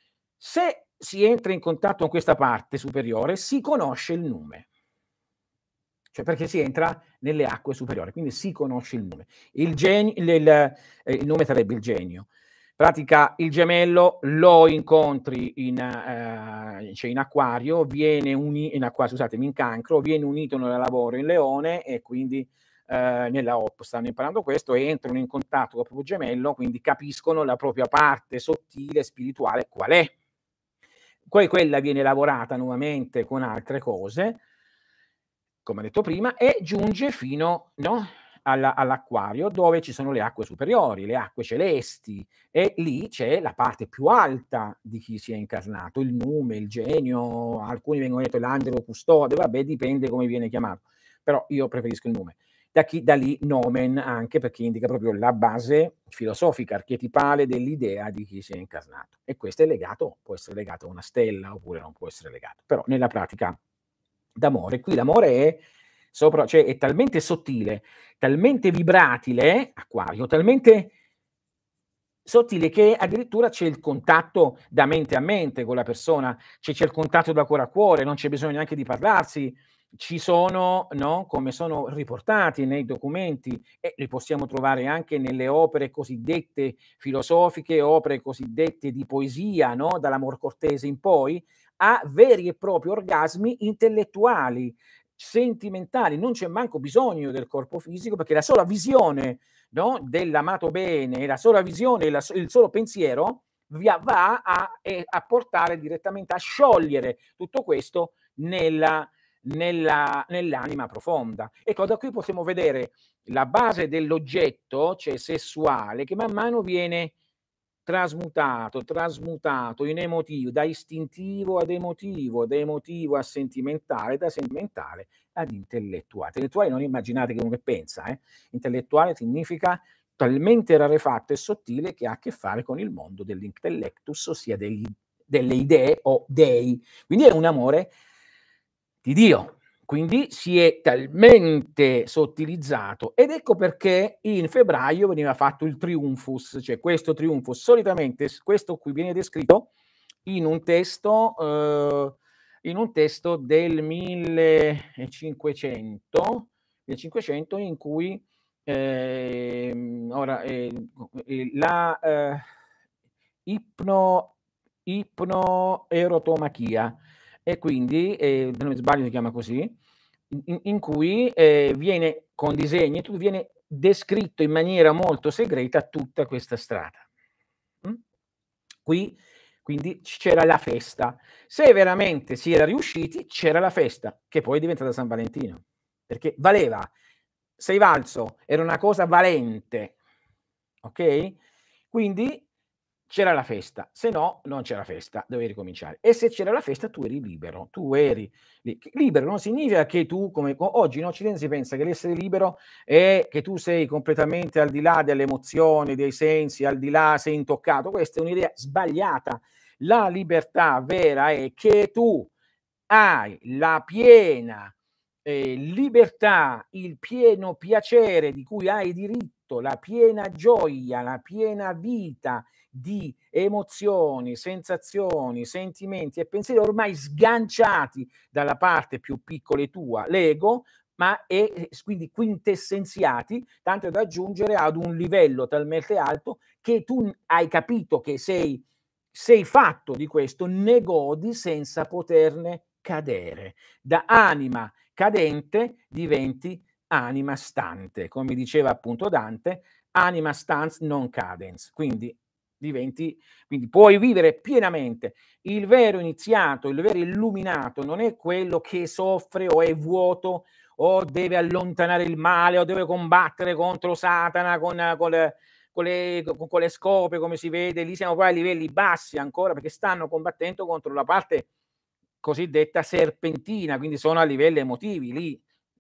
Se si entra in contatto con questa parte superiore, si conosce il nume, cioè perché si entra nelle acque superiori, quindi si conosce il nume. Il nome sarebbe il genio. Pratica il gemello, lo incontri cioè in acquario, in cancro, viene unito nel lavoro in leone e quindi nella OP stanno imparando questo e entrano in contatto con il proprio gemello, quindi capiscono la propria parte sottile, spirituale, qual è. Poi quella viene lavorata nuovamente con altre cose, come detto prima, e giunge fino, no, all'acquario dove ci sono le acque superiori, le acque celesti, e lì c'è la parte più alta di chi si è incarnato, il nume, il genio, alcuni vengono detto l'angelo custode, vabbè, dipende come viene chiamato, però io preferisco il nume. Da lì nomen, anche perché indica proprio la base filosofica, archetipale dell'idea di chi si è incarnato. E questo è legato, può essere legato a una stella oppure non può essere legato. Però nella pratica d'amore, qui l'amore è cioè è talmente sottile, talmente vibratile, Acquario, talmente sottile che addirittura c'è il contatto da mente a mente con la persona, c'è il contatto da cuore a cuore, non c'è bisogno neanche di parlarsi, ci sono, no, come sono riportati nei documenti, e li possiamo trovare anche nelle opere cosiddette filosofiche, opere cosiddette di poesia, no, dall'Amor Cortese in poi, a veri e propri orgasmi intellettuali, sentimentali. Non c'è manco bisogno del corpo fisico, perché la sola visione, no, dell'amato bene, e la sola visione, il solo pensiero va a portare direttamente a sciogliere tutto questo nell'anima profonda. Ecco, da qui possiamo vedere la base dell'oggetto, cioè sessuale, che man mano viene trasmutato in emotivo, da istintivo ad emotivo, da emotivo a sentimentale, da sentimentale ad intellettuale. Intellettuale non immaginate che uno che pensa, intellettuale significa talmente rarefatto e sottile che ha a che fare con il mondo dell'intellectus, ossia delle idee o dei. Quindi è un amore di Dio. Quindi si è talmente sottilizzato, ed ecco perché in febbraio veniva fatto il Triumphus, cioè questo Triumphus. Solitamente questo qui viene descritto in un testo del 1500, in cui ora la ipnoerotomachia, e quindi, se non mi sbaglio si chiama così, in cui viene con disegni, viene descritto in maniera molto segreta tutta questa strada. Qui quindi c'era la festa. Se veramente si era riusciti, c'era la festa, che poi è diventata San Valentino, perché valeva. Sei valso, era una cosa valente, ok? Quindi c'era la festa, se no non c'era festa, dovevi ricominciare. E se c'era la festa tu eri libero, libero non significa che tu, come oggi in Occidente si pensa che l'essere libero è che tu sei completamente al di là delle emozioni, dei sensi, al di là, sei intoccato. Questa è un'idea sbagliata. La libertà vera è che tu hai la piena libertà, il pieno piacere di cui hai diritto, la piena gioia, la piena vita di emozioni, sensazioni, sentimenti e pensieri ormai sganciati dalla parte più piccola tua, l'ego, ma quindi quintessenziati, tanto da giungere ad un livello talmente alto che tu hai capito che sei fatto di questo, ne godi senza poterne cadere. Da anima cadente diventi anima stante, come diceva appunto Dante, anima stans non cadens, quindi puoi vivere pienamente. Il vero iniziato, il vero illuminato non è quello che soffre o è vuoto o deve allontanare il male o deve combattere contro Satana con le scope, come si vede. Lì siamo poi a livelli bassi ancora, perché stanno combattendo contro la parte cosiddetta serpentina, quindi sono a livelli emotivi. Lì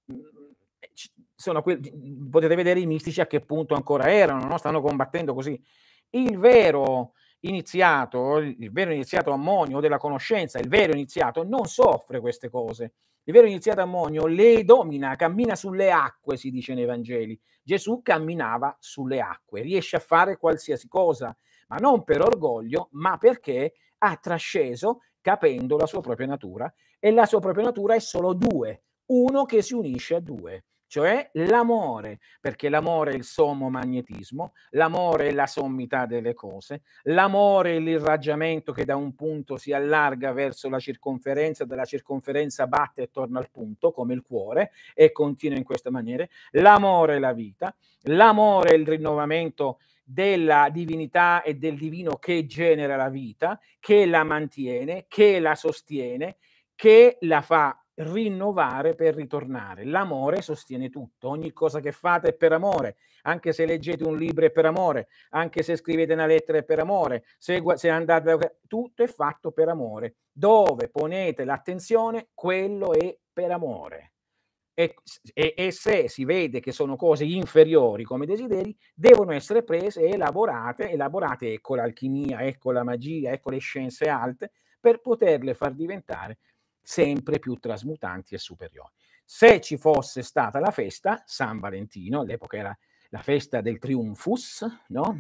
potete vedere i mistici a che punto ancora erano, no? Stanno combattendo così. Il vero iniziato ammonio della conoscenza, il vero iniziato non soffre queste cose. Il vero iniziato ammonio le domina, cammina sulle acque, si dice nei Vangeli. Gesù camminava sulle acque, riesce a fare qualsiasi cosa, ma non per orgoglio, ma perché ha trasceso capendo la sua propria natura, e la sua propria natura è solo due, uno che si unisce a due, cioè l'amore, perché l'amore è il sommo magnetismo, l'amore è la sommità delle cose, l'amore è l'irraggiamento che da un punto si allarga verso la circonferenza, dalla circonferenza batte e torna al punto, come il cuore, e continua in questa maniera. L'amore è la vita, l'amore è il rinnovamento della divinità e del divino che genera la vita, che la mantiene, che la sostiene, che la fa rinnovare per ritornare. L'amore sostiene tutto, ogni cosa che fate è per amore, anche se leggete un libro è per amore, anche se scrivete una lettera è per amore, se andate tutto è fatto per amore. Dove ponete l'attenzione, quello è per amore. E se si vede che sono cose inferiori come desideri, devono essere prese e elaborate, ecco l'alchimia, ecco la magia, ecco le scienze alte, per poterle far diventare sempre più trasmutanti e superiori. Se ci fosse stata la festa, San Valentino, all'epoca era la festa del Triumphus, no?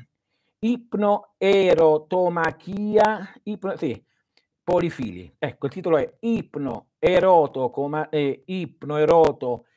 Ipnoerotomachia, sì, polifili. Ecco, il titolo è ipnoeroto,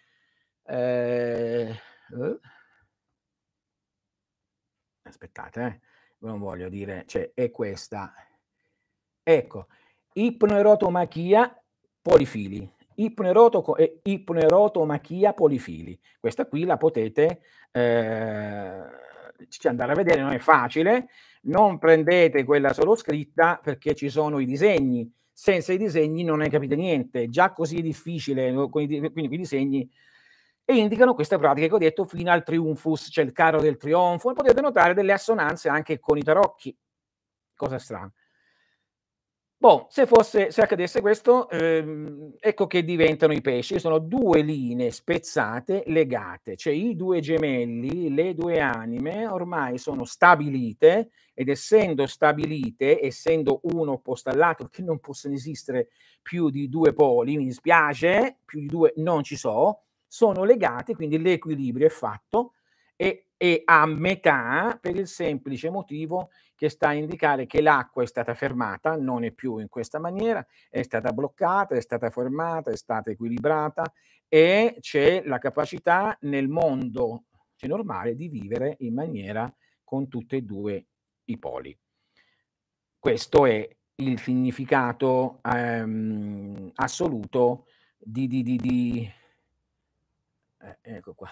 aspettate, non voglio dire, cioè è questa. Ecco, ipnoerotomachia polifili. Ipnoerotomachia polifili. Questa qui la potete andare a vedere, non è facile, non prendete quella solo scritta perché ci sono i disegni. Senza i disegni non ne capite niente, già così è difficile, quindi i disegni e indicano queste pratiche che ho detto fino al Triumphus, cioè il carro del trionfo, e potete notare delle assonanze anche con i tarocchi, cosa strana. Boh, se accadesse questo, ecco che diventano i pesci. Sono 2 linee spezzate, legate, cioè i 2 gemelli, le 2 anime ormai sono stabilite ed essendo stabilite, essendo uno opposto all'altro, perché non possono esistere più di 2 poli, mi dispiace, più di 2 non ci sono legati, quindi l'equilibrio è fatto e a metà per il semplice motivo che sta a indicare che l'acqua è stata fermata, non è più in questa maniera, è stata bloccata, è stata fermata, è stata equilibrata e c'è la capacità nel mondo normale di vivere in maniera con tutti e 2 i poli. Questo è il significato, assoluto di ecco qua.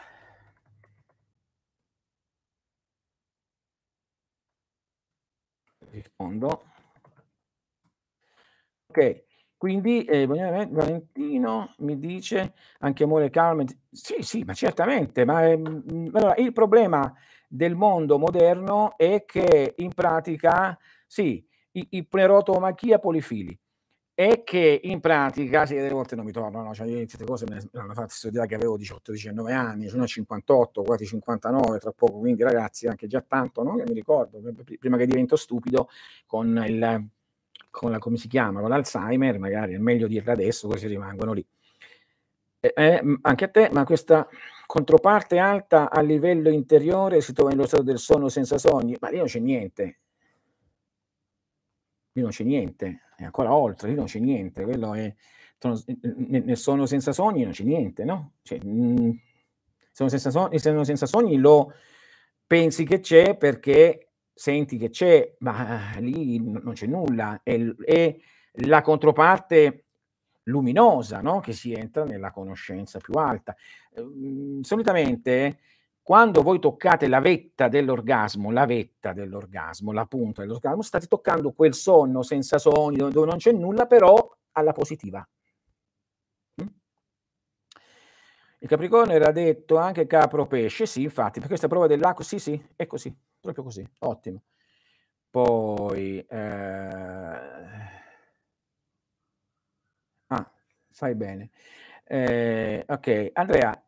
Rispondo. Okay, quindi, Valentino mi dice: "Anche amore, calma" sì, sì, ma certamente, ma, allora il problema del mondo moderno è che in pratica sì, iplerotomachia polifili, è che in pratica sì, delle volte non mi tornano, cioè io queste cose me l'hanno fatte studiare che avevo 18, 19 anni, sono a 58, quasi 59 tra poco, quindi ragazzi anche già tanto, no, io mi ricordo prima che divento stupido con il con la come si chiama, con l'Alzheimer, magari è meglio dirla adesso così rimangono lì. Anche a te, ma questa controparte alta a livello interiore si trova nello stato del sonno senza sogni? Ma lì non c'è niente. Lì non c'è niente, è ancora oltre, lì non c'è niente, quello è nel sonno senza sogni non c'è niente, no, cioè, il sonno senza sogni lo pensi che c'è perché senti che c'è, ma lì non c'è nulla, è la controparte luminosa, no, che si entra nella conoscenza più alta. Solitamente quando voi toccate la vetta dell'orgasmo, la punta dell'orgasmo, state toccando quel sonno senza sogni, dove non c'è nulla, però alla positiva. Il Capricorno era detto anche capro pesce, sì, infatti, per questa prova dell'acqua, sì, sì, è così, proprio così, ottimo. Poi, fai bene. Okay, Andrea,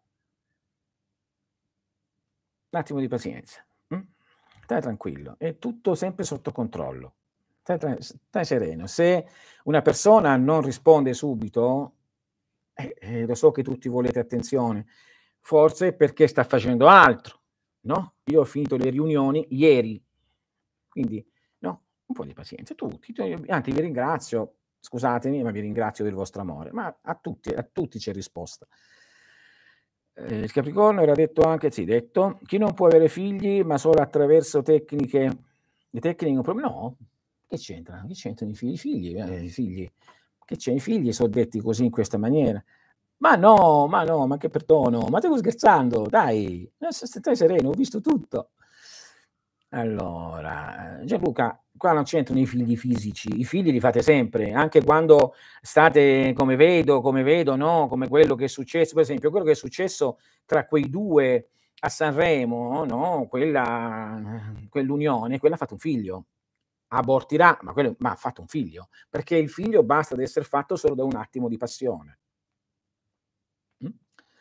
un attimo di pazienza, stai tranquillo, è tutto sempre sotto controllo. Stai sereno. Se una persona non risponde subito, lo so che tutti volete attenzione, forse è perché sta facendo altro, no, io ho finito le riunioni ieri, quindi, no, un po' di pazienza. Anzi vi ringrazio, scusatemi, ma vi ringrazio del vostro amore, ma a tutti c'è risposta. Il Capricorno era detto anche sì, detto: "Chi non può avere figli, ma solo attraverso tecniche un pro" no, che c'entra? Che c'entrano i figli? I figli che c'è? I figli so' detti così in questa maniera. Ma no, ma che perdono, ma stiamo scherzando, dai, stai sereno, ho visto tutto. Allora, Gianluca, qua non c'entrano i figli fisici, i figli li fate sempre, anche quando state come vedo, no, come quello che è successo, per esempio quello che è successo tra quei 2 a Sanremo, no, quell'unione, quella ha fatto un figlio. Abortirà, ma ha fatto un figlio, perché il figlio basta ad esser fatto solo da un attimo di passione. Mh.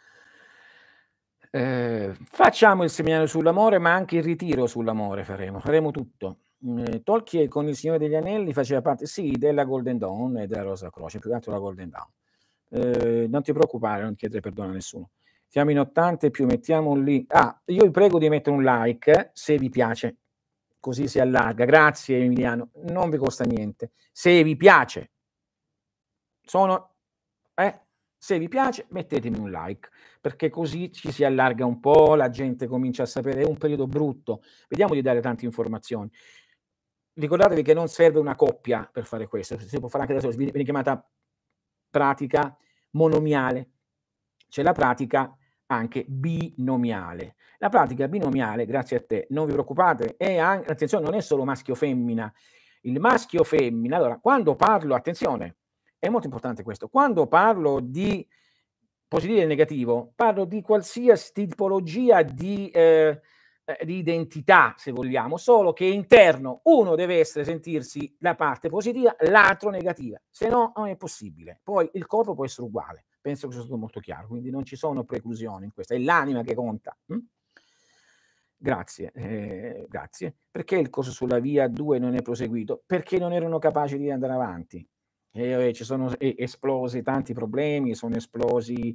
Facciamo il seminario sull'amore, ma anche il ritiro sull'amore faremo tutto. Tolkien con Il Signore degli Anelli faceva parte sì, della Golden Dawn e della Rosa Croce, più che altro la Golden Dawn. Non ti preoccupare, non chiedere perdono a nessuno. Siamo in 80 e più, mettiamo un io vi prego di mettere un like se vi piace, così si allarga. Grazie Emiliano, non vi costa niente. Se vi piace, sono se vi piace mettetemi un like, perché così ci si allarga un po', la gente comincia a sapere, è un periodo brutto, vediamo di dare tante informazioni. Ricordatevi che non serve una coppia per fare questo, si può fare anche da soli, viene chiamata pratica monomiale. C'è la pratica anche binomiale. La pratica binomiale, grazie a te, non vi preoccupate, attenzione, non è solo maschio-femmina. Il maschio-femmina, allora, quando parlo, attenzione, è molto importante questo, quando parlo di positivo e negativo, parlo di qualsiasi tipologia di identità, se vogliamo, solo che interno uno deve sentirsi la parte positiva, l'altro negativa, se no non è possibile. Poi il corpo può essere uguale, penso che sia stato molto chiaro, quindi non ci sono preclusioni in questo, è l'anima che conta. Grazie, grazie. Perché il corso sulla via 2 non è proseguito? Perché non erano capaci di andare avanti. Ci sono esplosi tanti problemi, sono esplosi,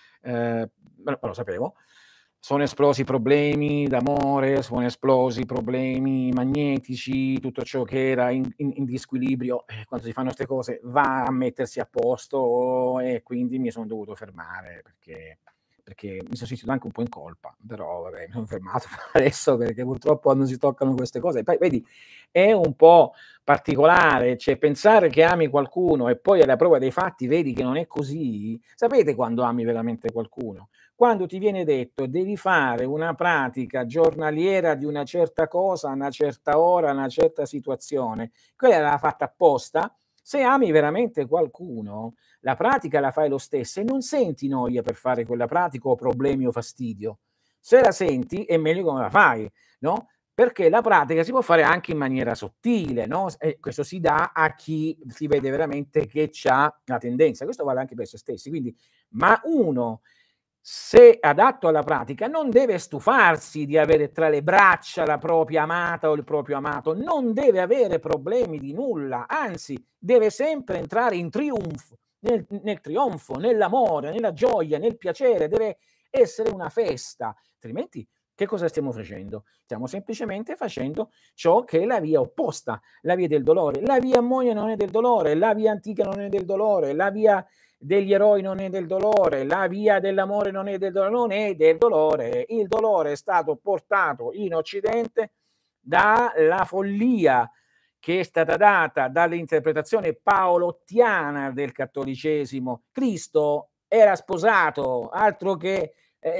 ma lo sapevo, sono esplosi problemi d'amore, sono esplosi problemi magnetici, tutto ciò che era in disquilibrio, quando si fanno 'ste cose va a mettersi a posto e quindi mi son dovuto fermare perché mi son sentito anche un po' in colpa, però vabbè mi son fermato adesso perché purtroppo quando si toccano queste cose poi vedi è un po' particolare, cioè pensare che ami qualcuno e poi alla prova dei fatti vedi che non è così, sapete quando ami veramente qualcuno? Quando ti viene detto: "Devi fare una pratica giornaliera di una certa cosa, a una certa ora, a una certa situazione." Quella l'ha fatta apposta. Se ami veramente qualcuno, la pratica la fai lo stesso e non senti noia per fare quella pratica o problemi o fastidio. Se la senti è meglio che non la fai, no? Perché la pratica si può fare anche in maniera sottile, no, e questo si dà a chi si vede veramente che c'ha la tendenza. Questo vale anche per se stessi, quindi ma uno, se adatto alla pratica, non deve stufarsi di avere tra le braccia la propria amata o il proprio amato, non deve avere problemi di nulla, anzi deve sempre entrare in trionfo, nel trionfo, nell'amore, nella gioia, nel piacere, deve essere una festa, altrimenti che cosa stiamo facendo? Stiamo semplicemente facendo ciò che è la via opposta, la via del dolore. La via Ammonia non è del dolore, la via antica non è del dolore, la via degli eroi non è del dolore, la via dell'amore non è del dolore, non è del dolore. Il dolore è stato portato in Occidente dalla follia che è stata data dall'interpretazione paolottiana del cattolicesimo. Cristo era sposato, altro che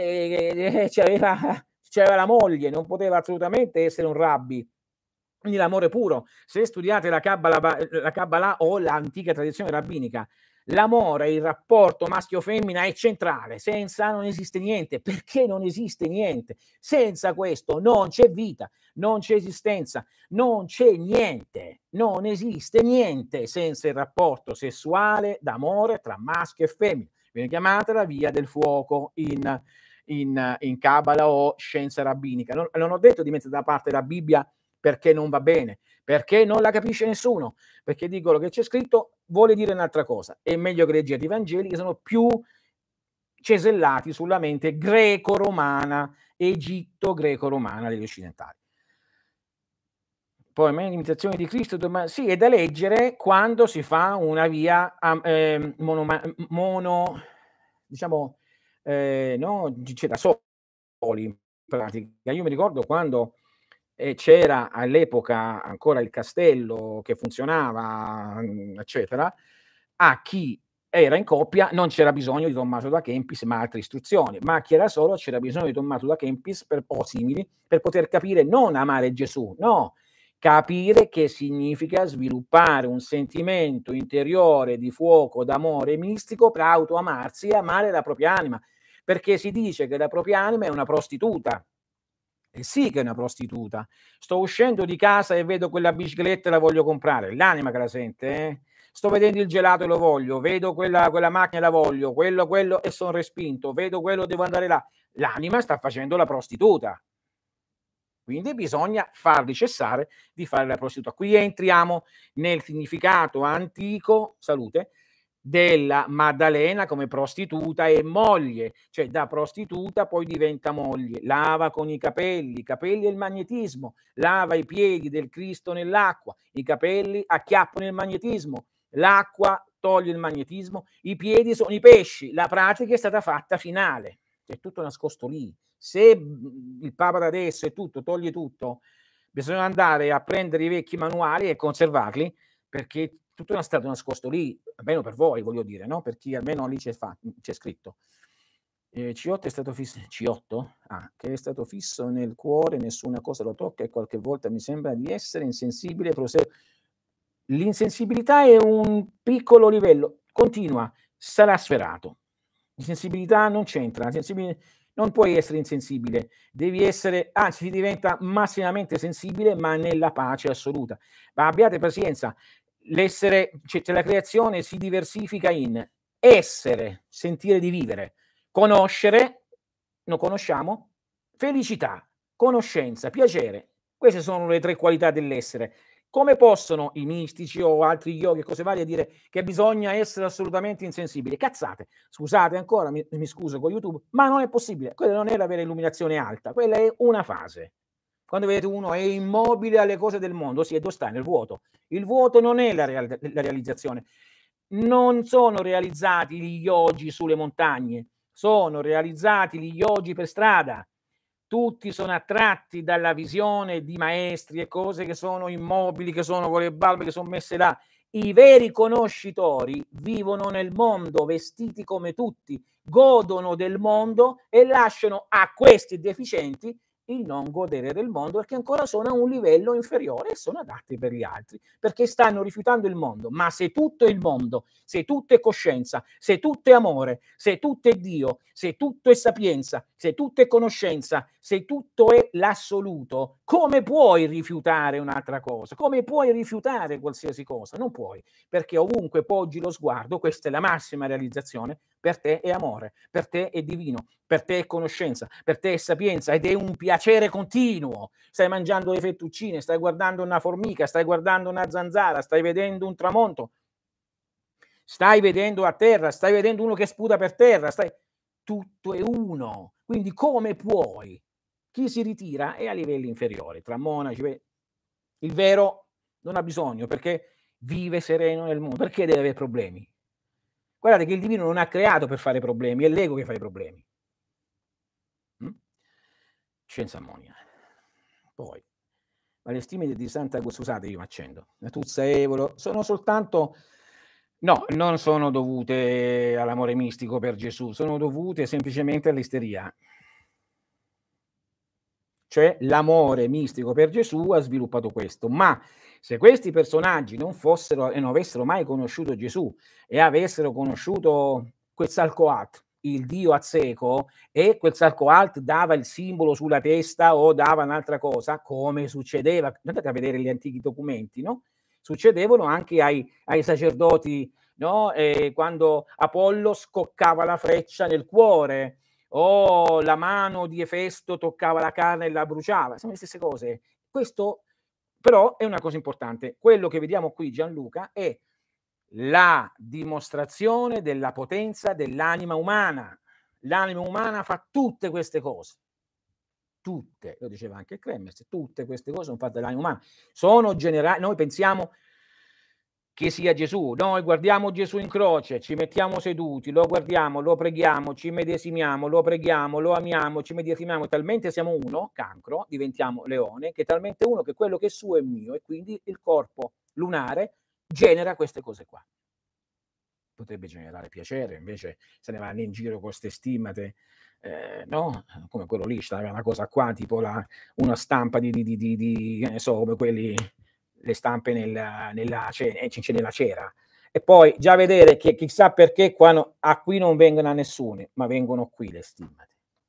c'aveva la moglie, non poteva assolutamente essere un rabbi. Quindi l'amore puro. Se studiate la Kabbalah o l'antica tradizione rabbinica, l'amore, il rapporto maschio-femmina è centrale, senza non esiste niente. Perché non esiste niente? Senza questo non c'è vita, non c'è esistenza, non c'è niente, non esiste niente senza il rapporto sessuale d'amore tra maschio e femmina. Viene chiamata la via del fuoco in Kabbalah o scienza rabbinica. Non ho detto di mettere da parte la Bibbia perché non va bene, perché non la capisce nessuno, perché dicono che c'è scritto vuole dire un'altra cosa. È meglio che leggete i Vangeli che sono più cesellati sulla mente greco-romana, egitto-greco-romana degli occidentali. Poi imitazione di Cristo, sì, è da leggere quando si fa una via diciamo, no, c'è da soli in pratica. Io mi ricordo quando c'era all'epoca ancora il castello che funzionava, eccetera, a chi era in coppia, non c'era bisogno di Tommaso da Kempis, ma altre istruzioni. Macchia era solo, c'era bisogno di Tommaso da Kempis o simili per poter capire non amare Gesù, no, capire che significa sviluppare un sentimento interiore di fuoco, d'amore mistico per autoamarsi e amare la propria anima, perché si dice che la propria anima è una prostituta. E sì che è una prostituta. Sto uscendo di casa e vedo quella bicicletta e la voglio comprare. L'anima che la sente, eh? Sto vedendo il gelato e lo voglio, vedo quella macchina e la voglio, quello e sono respinto, vedo quello, devo andare là. L'anima sta facendo la prostituta. Quindi bisogna farli cessare di fare la prostituta. Qui entriamo nel significato antico, salute, della Maddalena come prostituta e moglie, cioè da prostituta poi diventa moglie, lava con i capelli è il magnetismo, lava i piedi del Cristo nell'acqua, i capelli acchiappano il magnetismo, l'acqua toglie il magnetismo, i piedi sono i pesci, la pratica è stata fatta finale, è tutto nascosto lì. Se il Papa da adesso e tutto toglie tutto, bisogna andare a prendere i vecchi manuali e conservarli, perché tutto è stato nascosto lì, almeno per voi, voglio dire, no? Per chi almeno lì c'è scritto. C8 è stato fisso, C8? Ah, che è stato fisso nel cuore, nessuna cosa lo tocca e qualche volta mi sembra di essere insensibile. L'insensibilità è un piccolo livello, continua, sarà sferato. L'insensibilità non c'entra, non puoi essere insensibile, devi essere, anzi, si diventa massimamente sensibile, ma nella pace assoluta. Ma abbiate pazienza, cioè la creazione si diversifica in essere, sentire di vivere, conoscere, non conosciamo, felicità, conoscenza, piacere. Queste sono le 3 qualità dell'essere. Come possono i mistici o altri yogi e cose varie dire che bisogna essere assolutamente insensibili? Cazzate. Scusate ancora, mi scuso con YouTube, ma non è possibile. Quella non è la vera illuminazione alta, quella è una fase. Quando vedete uno è immobile alle cose del mondo, sì, e dove sta? Nel vuoto. Il vuoto non è la realizzazione. Non sono realizzati gli yogi sulle montagne, sono realizzati gli yogi per strada. Tutti sono attratti dalla visione di maestri e cose che sono immobili, che sono con le balbe che sono messe là. I veri conoscitori vivono nel mondo vestiti come tutti, godono del mondo e lasciano a questi deficienti il non godere del mondo, perché ancora sono a un livello inferiore e sono adatti per gli altri, perché stanno rifiutando il mondo. Ma se tutto è il mondo, se tutto è coscienza, se tutto è amore, se tutto è Dio, se tutto è sapienza, se tutto è conoscenza, se tutto è l'assoluto, come puoi rifiutare un'altra cosa? Come puoi rifiutare qualsiasi cosa? Non puoi, perché ovunque poggi lo sguardo, questa è la massima realizzazione, per te è amore, per te è divino, per te è conoscenza, per te è sapienza ed è un piacere continuo. Stai mangiando le fettuccine, stai guardando una formica, stai guardando una zanzara, stai vedendo un tramonto, stai vedendo a terra, stai vedendo uno che sputa per terra, tutto è uno. Quindi come puoi? Chi si ritira è a livelli inferiori, tra monaci. Il vero non ha bisogno, perché vive sereno nel mondo. Perché deve avere problemi? Guardate che il divino non ha creato per fare problemi, è l'ego che fa i problemi. Scienza ammonia. Poi, ma le stime di Santa, scusate, io mi accendo. La Tuzza Evolo sono soltanto, no, non sono dovute all'amore mistico per Gesù, sono dovute semplicemente all'isteria. Cioè l'amore mistico per Gesù ha sviluppato questo, ma se questi personaggi non fossero e non avessero mai conosciuto Gesù e avessero conosciuto Quetzalcoatl, il dio azteco, e Quetzalcoatl dava il simbolo sulla testa o dava un'altra cosa, come succedeva, andate a vedere gli antichi documenti, no? Succedevano anche ai sacerdoti, no? Quando Apollo scoccava la freccia nel cuore, o la mano di Efesto toccava la carne e la bruciava, sono le stesse cose. Questo però è una cosa importante. Quello che vediamo qui, Gianluca, è la dimostrazione della potenza dell'anima umana. L'anima umana fa tutte queste cose. Tutte, lo diceva anche Kremers, tutte queste cose sono fatte dall'anima umana. Sono generali, noi pensiamo che sia Gesù. Noi guardiamo Gesù in croce, ci mettiamo seduti, lo guardiamo, lo preghiamo, ci medesimiamo, lo preghiamo, lo amiamo, ci medesimiamo, talmente siamo uno, cancro, diventiamo leone, che è talmente uno che quello che è suo è mio, e quindi il corpo lunare genera queste cose qua. potrebbe generare piacere, invece se ne vanno in giro con 'ste stimmate, no, come quello lì, c'aveva una cosa qua, tipo una stampa che ne so, come quelli le stampe nella cera. E poi già vedere che chissà perché qui non vengono a nessuno, ma vengono qui le stimmate.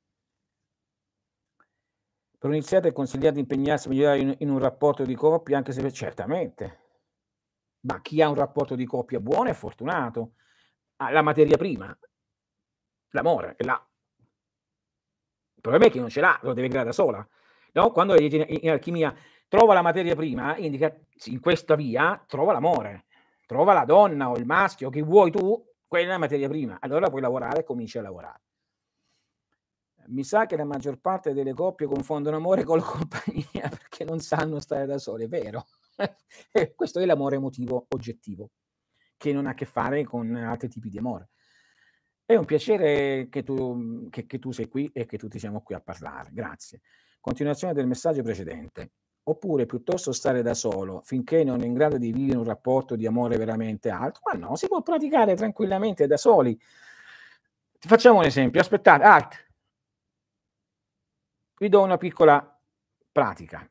Per un iniziato è consigliato impegnarsi a migliorare in un rapporto di coppia anche se certamente, ma chi ha un rapporto di coppia buono è fortunato. Ha la materia prima, l'amore è là. Il problema è chi non ce l'ha, lo deve creare da sola. No, quando leggi in alchimia trova la materia prima, indica in questa via trova l'amore, trova la donna o il maschio, chi vuoi tu, quella è la materia prima. Allora puoi lavorare e cominci a lavorare. Mi sa che la maggior parte delle coppie confondono amore con la compagnia perché non sanno stare da sole, è vero. Questo è l'amore emotivo oggettivo, che non ha a che fare con altri tipi di amore. È un piacere che tu sei qui e che tutti siamo qui a parlare. Grazie. Continuazione del messaggio precedente. Oppure piuttosto stare da solo finché non è in grado di vivere un rapporto di amore veramente alto. Ma no, si può praticare tranquillamente da soli. Ti facciamo un esempio. Aspettate, vi do una piccola pratica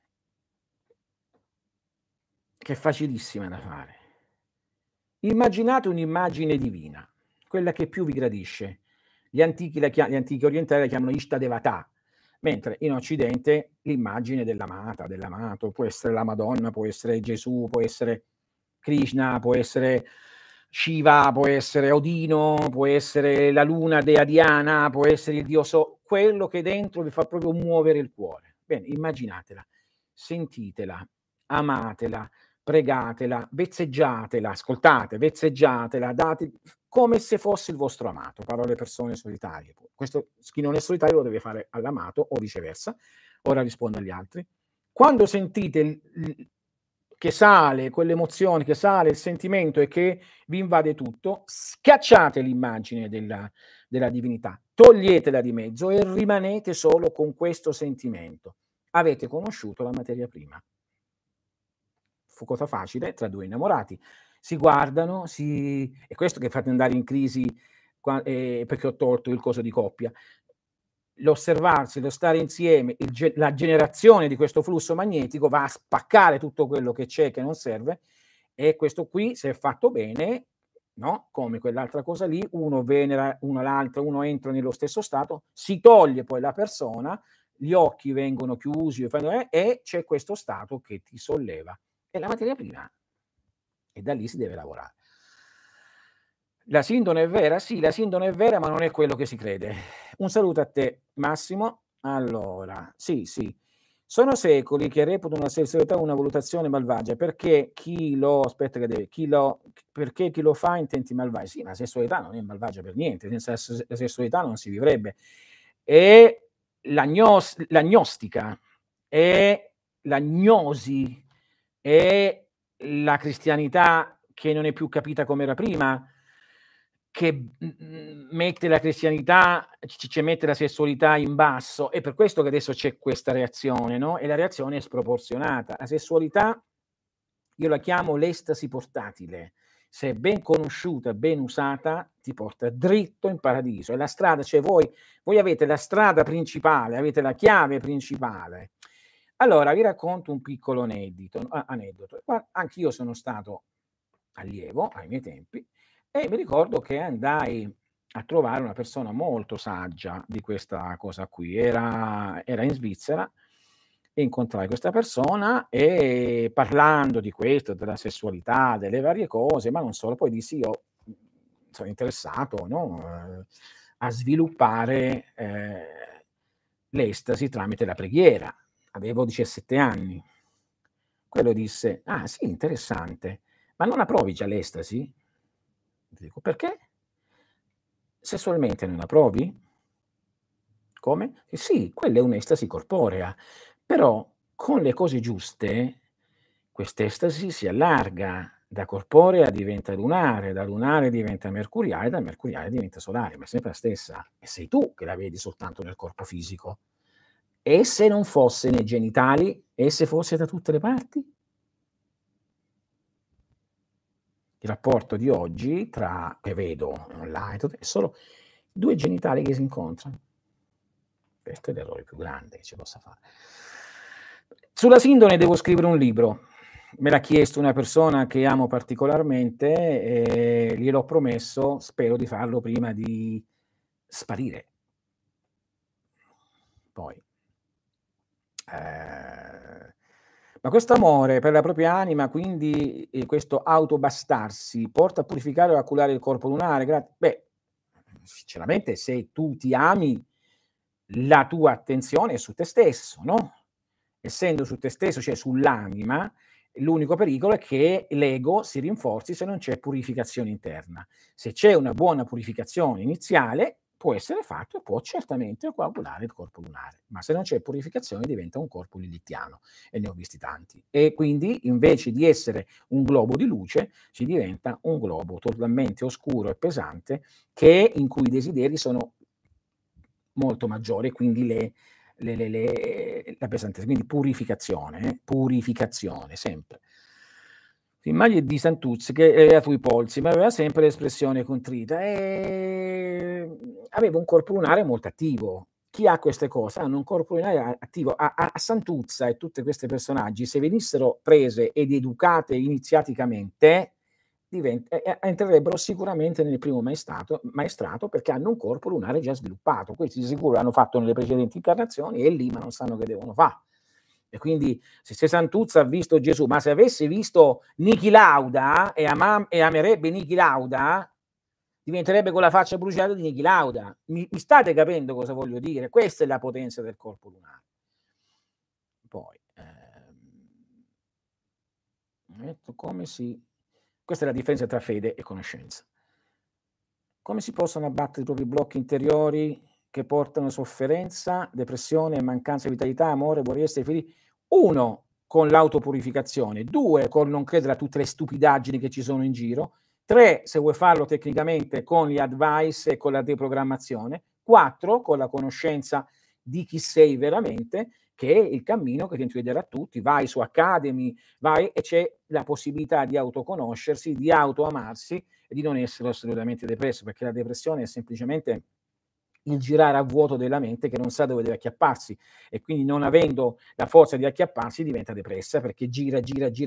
che è facilissima da fare. Immaginate un'immagine divina, quella che più vi gradisce. Gli antichi orientali la chiamano Ishtadevata, mentre in Occidente l'immagine dell'amata, dell'amato, può essere la Madonna, può essere Gesù, può essere Krishna, può essere Shiva, può essere Odino, può essere la luna dea Diana, può essere il dio quello che dentro vi fa proprio muovere il cuore. Bene, immaginatela, sentitela, amatela, pregatela, vezzeggiatela, ascoltate, vezzeggiatela, date come se fosse il vostro amato, parole persone solitarie. Questo chi non è solitario lo deve fare all'amato o viceversa. Ora rispondo agli altri. Quando sentite che sale quell'emozione, che sale il sentimento e che vi invade tutto, schiacciate l'immagine della divinità, toglietela di mezzo e rimanete solo con questo sentimento. Avete conosciuto la materia prima. Fu cosa facile tra due innamorati. Si guardano, è questo che fate andare in crisi perché ho tolto il coso di coppia. L'osservarsi, lo stare insieme, la generazione di questo flusso magnetico va a spaccare tutto quello che c'è che non serve e questo qui, se è fatto bene, no? Come quell'altra cosa lì, uno venera uno l'altro, uno entra nello stesso stato, si toglie poi la persona, gli occhi vengono chiusi e c'è questo stato che ti solleva. È la materia prima e da lì si deve lavorare. La sindone è vera? Sì, la sindone è vera, ma non è quello che si crede. Un saluto a te, Massimo. Allora, sì. Sono secoli che reputano la sessualità una valutazione malvagia perché chi lo fa intenti malvagi. Sì, ma la sessualità non è malvagia per niente, senza la sessualità non si vivrebbe. E l'agnostica, e l'agnosi, e la cristianità che non è più capita come era prima, che mette la cristianità, ci mette la sessualità in basso, è per questo che adesso c'è questa reazione, no? E la reazione è sproporzionata. La sessualità io la chiamo l'estasi portatile. Se è ben conosciuta, ben usata, ti porta dritto in paradiso. E la strada, cioè voi avete la strada principale, avete la chiave principale. Allora, vi racconto un piccolo aneddoto. Anch'io sono stato allievo ai miei tempi e mi ricordo che andai a trovare una persona molto saggia di questa cosa qui. Era in Svizzera e incontrai questa persona e parlando di questo, della sessualità, delle varie cose, ma non solo, poi dissi io sono interessato, no, a sviluppare l'estasi tramite la preghiera. Avevo 17 anni. Quello disse: "Ah sì, interessante, ma non la provi già l'estasi?" Dico: "Perché?" "Sessualmente non la provi?" "Come?" "Sì, quella è un'estasi corporea, però con le cose giuste quest'estasi si allarga, da corporea diventa lunare, da lunare diventa mercuriale, da mercuriale diventa solare, ma è sempre la stessa. E sei tu che la vedi soltanto nel corpo fisico. E se non fosse nei genitali? E se fosse da tutte le parti?" il rapporto di oggi che vedo online, è solo 2 genitali che si incontrano. Questo è l'errore più grande che ci possa fare. Sulla sindone devo scrivere un libro. Me l'ha chiesto una persona che amo particolarmente e gliel'ho promesso, spero di farlo prima di sparire. Poi ma questo amore per la propria anima, quindi questo autobastarsi, porta a purificare o a curare il corpo lunare? Beh, sinceramente se tu ti ami, la tua attenzione è su te stesso, no? Essendo su te stesso, cioè sull'anima, l'unico pericolo è che l'ego si rinforzi se non c'è purificazione interna. Se c'è una buona purificazione iniziale, può essere fatto e può certamente coagulare il corpo lunare, ma se non c'è purificazione diventa un corpo lilithiano e ne ho visti tanti. E quindi invece di essere un globo di luce, si diventa un globo totalmente oscuro e pesante in cui i desideri sono molto maggiori, quindi la pesantezza, quindi purificazione sempre. L'immagine di Santuzzi che era sui polsi, ma aveva sempre l'espressione contrita e aveva un corpo lunare molto attivo. Chi ha queste cose hanno un corpo lunare attivo. A Santuzza e tutti questi personaggi, se venissero prese ed educate iniziaticamente, entrerebbero sicuramente nel primo maestrato perché hanno un corpo lunare già sviluppato. Questi di sicuro l'hanno fatto nelle precedenti incarnazioni e lì ma non sanno che devono fare. E quindi se Santuzza ha visto Gesù, ma se avesse visto Niki Lauda e amerebbe Niki Lauda, diventerebbe con la faccia bruciata di Niki Lauda. Mi state capendo cosa voglio dire? Questa è la potenza del corpo lunare. Poi, questa è la differenza tra fede e conoscenza. Come si possono abbattere i propri blocchi interiori che portano sofferenza, depressione, mancanza di vitalità, amore, vorrei essere felici? 1, con l'autopurificazione. 2, con non credere a tutte le stupidaggini che ci sono in giro. 3, se vuoi farlo tecnicamente, con gli advice e con la deprogrammazione. 4, con la conoscenza di chi sei veramente, che è il cammino che ti chiederà a tutti. Vai su Academy, vai e c'è la possibilità di autoconoscersi, di autoamarsi e di non essere assolutamente depresso, perché la depressione è semplicemente il girare a vuoto della mente che non sa dove deve acchiapparsi e quindi non avendo la forza di acchiapparsi diventa depressa perché gira.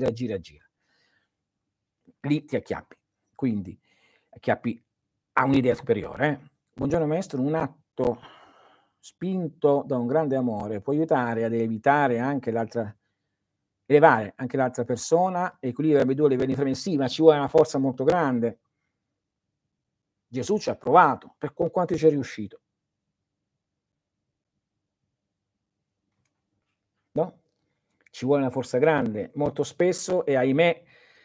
Lì ti acchiappi, quindi acchiappi a un'idea superiore. Buongiorno maestro, un atto spinto da un grande amore può aiutare ad elevare anche l'altra persona e equilibrare ambedue le livelli inferiori. Sì, ma ci vuole una forza molto grande. Gesù ci ha provato, con quanto ci è riuscito? No? Ci vuole una forza grande, molto spesso, e ahimè,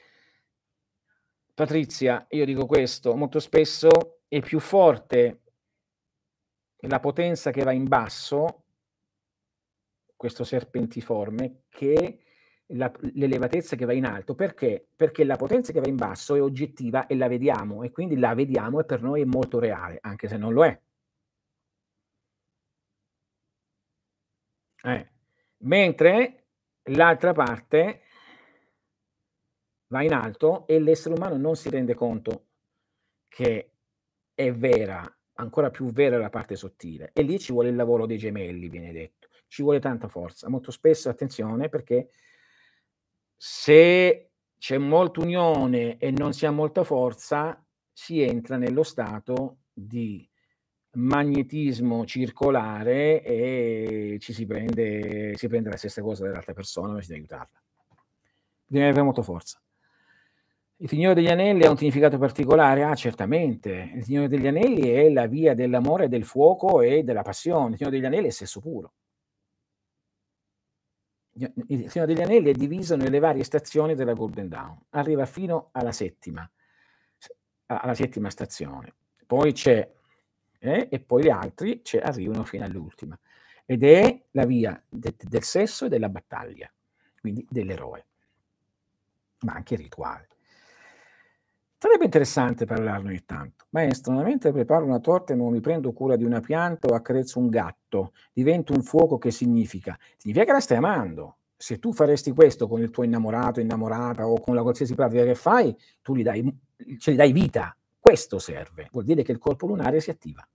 Patrizia, io dico questo, molto spesso è più forte la potenza che va in basso, questo serpentiforme, che l'elevatezza che va in alto. Perché? Perché la potenza che va in basso è oggettiva e la vediamo, e quindi la vediamo e per noi è molto reale, anche se non lo è. Mentre l'altra parte va in alto e l'essere umano non si rende conto che è vera, ancora più vera la parte sottile, e lì ci vuole il lavoro dei gemelli, viene detto. Ci vuole tanta forza. Molto spesso, attenzione, perché se c'è molta unione e non si ha molta forza, si entra nello stato di magnetismo circolare e si prende la stessa cosa dell'altra persona invece di aiutarla. Bisogna avere molta forza. Il Signore degli Anelli ha un significato particolare? Ah, certamente. Il Signore degli Anelli è la via dell'amore, del fuoco e della passione. Il Signore degli Anelli è sesso puro. Il Signore degli Anelli è diviso nelle varie stazioni della Golden Dawn. Arriva fino alla settima stazione. Poi c'è, e poi gli altri arrivano fino all'ultima. Ed è la via del sesso e della battaglia, quindi dell'eroe, ma anche rituale. Sarebbe interessante parlarne ogni tanto. Maestro, mentre preparo una torta e non mi prendo cura di una pianta o accarezzo un gatto, divento un fuoco, che significa? Significa che la stai amando. Se tu faresti questo con il tuo innamorato, innamorata o con la qualsiasi pratica che fai, tu gli dai vita. Questo serve, vuol dire che il corpo lunare si attiva.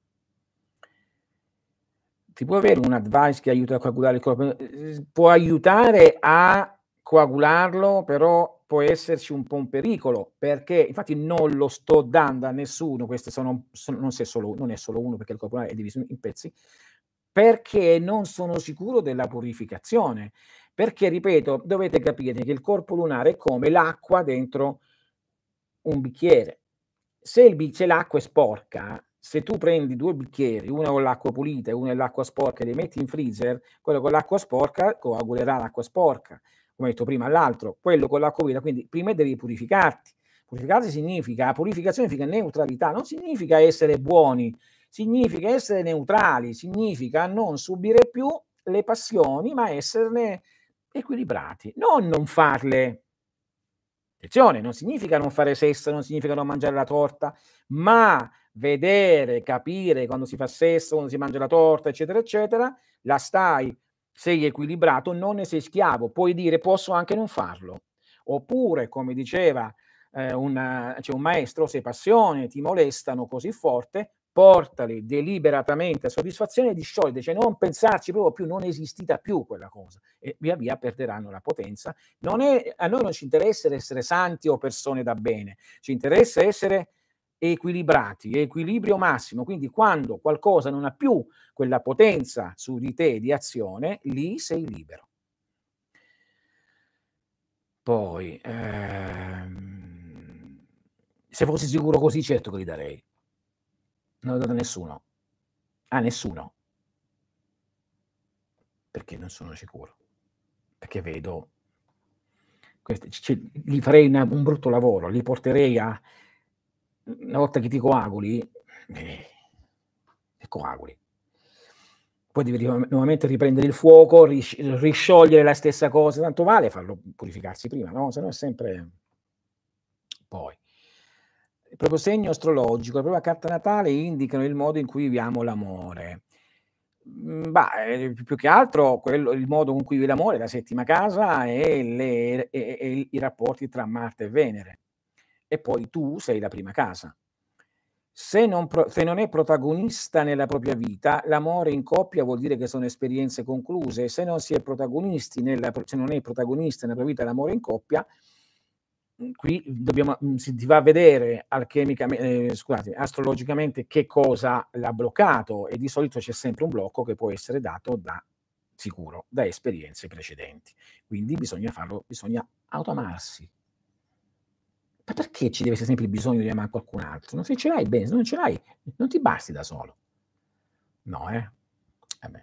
Ti può avere un advice che aiuta a coagulare il corpo? Può aiutare a coagularlo, però può esserci un po' un pericolo, perché infatti non lo sto dando a nessuno, queste non è solo uno, perché il corpo lunare è diviso in pezzi, perché non sono sicuro della purificazione. Perché, ripeto, dovete capire che il corpo lunare è come l'acqua dentro un bicchiere. Se l'acqua è sporca, se tu prendi 2 bicchieri, uno con l'acqua pulita e uno con l'acqua sporca e li metti in freezer, quello con l'acqua sporca coagulerà l'acqua sporca, come ho detto prima all'altro, quello con l'acqua pulita, quindi prima devi purificarti. Purificarsi significa purificazione significa neutralità, non significa essere buoni, significa essere neutrali, significa non subire più le passioni, ma esserne equilibrati, non farle. Attenzione, non significa non fare sesso, non significa non mangiare la torta, ma vedere, capire quando si fa sesso, quando si mangia la torta, eccetera, eccetera, sei equilibrato, non ne sei schiavo, puoi dire posso anche non farlo. Oppure, come diceva c'è un maestro, se passioni ti molestano così forte, portali deliberatamente a soddisfazione di sciogliere, cioè non pensarci proprio più, non esistita più quella cosa e via via perderanno la potenza. A noi non ci interessa essere santi o persone da bene, ci interessa essere equilibrati, equilibrio massimo, quindi quando qualcosa non ha più quella potenza su di te di azione, lì sei libero. Poi, se fossi sicuro così, certo che li darei. Non l'ho dato a nessuno. A nessuno. Perché non sono sicuro. Perché vedo gli farei un brutto lavoro, li porterei a una volta che ti coaguli, ti coaguli. Poi devi nuovamente riprendere il fuoco, risciogliere la stessa cosa, tanto vale farlo purificarsi prima, no, se no è sempre poi. Il proprio segno astrologico, la propria carta natale indicano il modo in cui viviamo l'amore. Più che altro il modo con cui vivi l'amore, la settima casa e i rapporti tra Marte e Venere. E poi tu sei la prima casa. Se non è protagonista nella propria vita, l'amore in coppia vuol dire che sono esperienze concluse. Se non si è protagonisti se non è protagonista nella propria vita l'amore in coppia, qui si va a vedere astrologicamente che cosa l'ha bloccato e di solito c'è sempre un blocco che può essere dato da esperienze precedenti. Quindi bisogna autoamarsi. Ma perché ci deve essere sempre il bisogno di amare qualcun altro? No, se ce l'hai bene, se non ce l'hai, non ti basti da solo. No, Vabbè.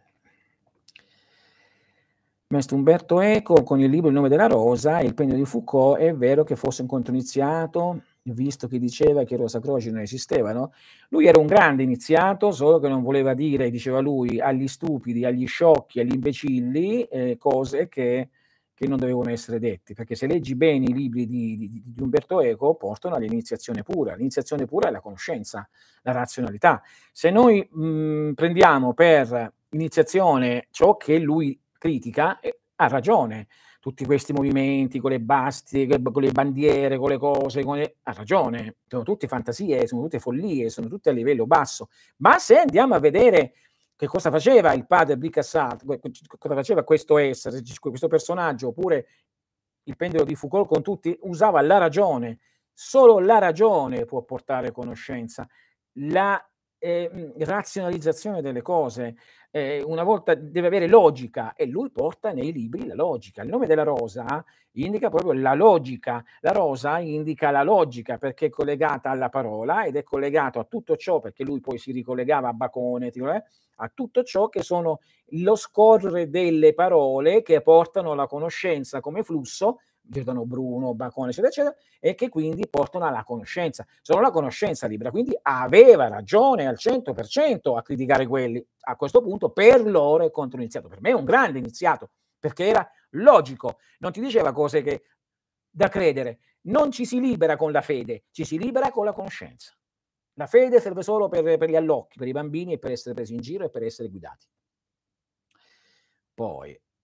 Maestro Umberto Eco, con il libro Il nome della rosa e il pegno di Foucault, è vero che fosse un conto iniziato, visto che diceva che Rosa Croci non esistevano? Lui era un grande iniziato, solo che non voleva dire, diceva lui, agli stupidi, agli sciocchi, agli imbecilli, cose che non dovevano essere dette, perché se leggi bene i libri di Umberto Eco, portano all'iniziazione pura. L'iniziazione pura è la conoscenza, la razionalità. Se noi prendiamo per iniziazione ciò che lui critica, ha ragione. Tutti questi movimenti con le bastie, con le bandiere, con le cose, ha ragione. Sono tutte fantasie, sono tutte follie, sono tutte a livello basso. Ma se andiamo a vedere che cosa faceva il padre Bricassat, cosa faceva questo essere, questo personaggio, oppure il pendolo di Foucault con tutti, usava la ragione. Solo la ragione può portare conoscenza. La razionalizzazione delle cose, una volta deve avere logica e lui porta nei libri la logica. Il nome della rosa indica proprio la logica. La rosa indica la logica perché è collegata alla parola ed è collegato a tutto ciò, perché lui poi si ricollegava a Bacone, a tutto ciò che sono lo scorrere delle parole che portano la conoscenza come flusso, Giordano Bruno, Bacone, eccetera, eccetera, e che quindi portano alla conoscenza. Sono la conoscenza libera, quindi aveva ragione al 100% a criticare quelli. A questo punto per loro è controiniziato. Per me è un grande iniziato, perché era logico, non ti diceva cose che da credere. Non ci si libera con la fede, ci si libera con la conoscenza. La fede serve solo per gli allocchi, per i bambini e per essere presi in giro e per essere guidati. Poi,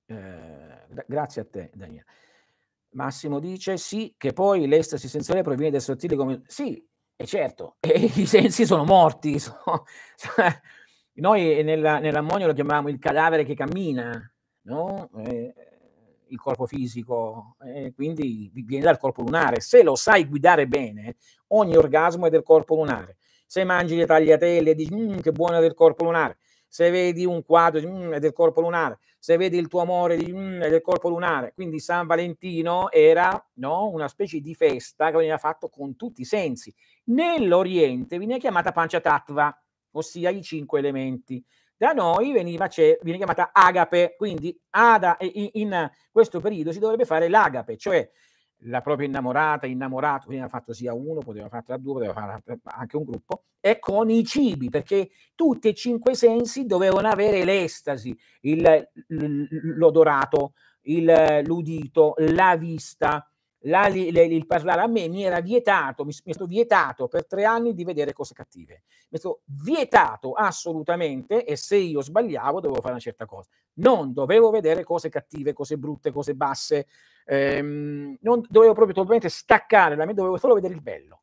Grazie a te, Daniela. Massimo dice: "Sì, che poi l'estasi sensoriale proviene dai sottili come" sì, e certo, e i sensi sono morti, cioè noi nell'ammonio lo chiamavamo il cadavere che cammina, no, il corpo fisico, quindi viene dal corpo lunare. Se lo sai guidare bene, ogni orgasmo è del corpo lunare. Se mangi le tagliatelle e dici: che buono è del corpo lunare". Se vedi un quadro, dici: è del corpo lunare". Se vedi il tuo amore, dici: è del corpo lunare". Quindi San Valentino era, no, una specie di festa che veniva fatto con tutti i sensi. Nell'Oriente viene chiamata Panchatattva, ossia i 5 elementi. Da noi viene chiamata agape, quindi in questo periodo si dovrebbe fare l'agape, cioè la propria innamorata, innamorato, veniva fatto sia uno, poteva fare tra due, poteva fare anche un gruppo, e con i cibi, perché tutti e 5 i sensi dovevano avere l'estasi, l'odorato, l'udito, la vista, il parlare. A me mi era vietato, mi è stato vietato per 3 anni di vedere cose cattive. Mi è stato vietato assolutamente, e se io sbagliavo dovevo fare una certa cosa. Non dovevo vedere cose cattive, cose brutte, cose basse, non dovevo proprio totalmente staccare la mente, dovevo solo vedere il bello.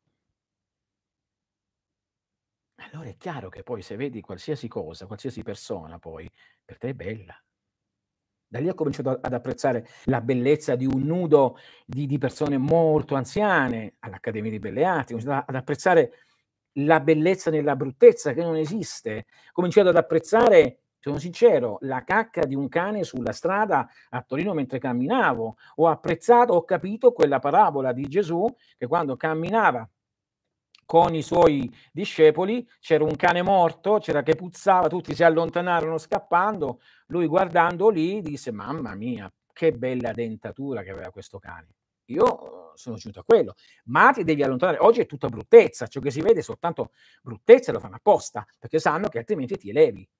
Allora è chiaro che poi se vedi qualsiasi cosa, qualsiasi persona poi, per te è bella. Da lì ho cominciato ad apprezzare la bellezza di un nudo di persone molto anziane all'Accademia di Belle Arti, ho cominciato ad apprezzare la bellezza nella bruttezza che non esiste. Ho cominciato ad apprezzare, sono sincero, la cacca di un cane sulla strada a Torino mentre camminavo. Ho capito quella parabola di Gesù che quando camminava con i suoi discepoli, c'era un cane morto, c'era che puzzava, tutti si allontanarono scappando, lui guardando lì disse: "Mamma mia, che bella dentatura che aveva questo cane". Io sono giunto a quello, ma ti devi allontanare. Oggi è tutta bruttezza, ciò che si vede è soltanto bruttezza, lo fanno apposta, perché sanno che altrimenti ti elevi.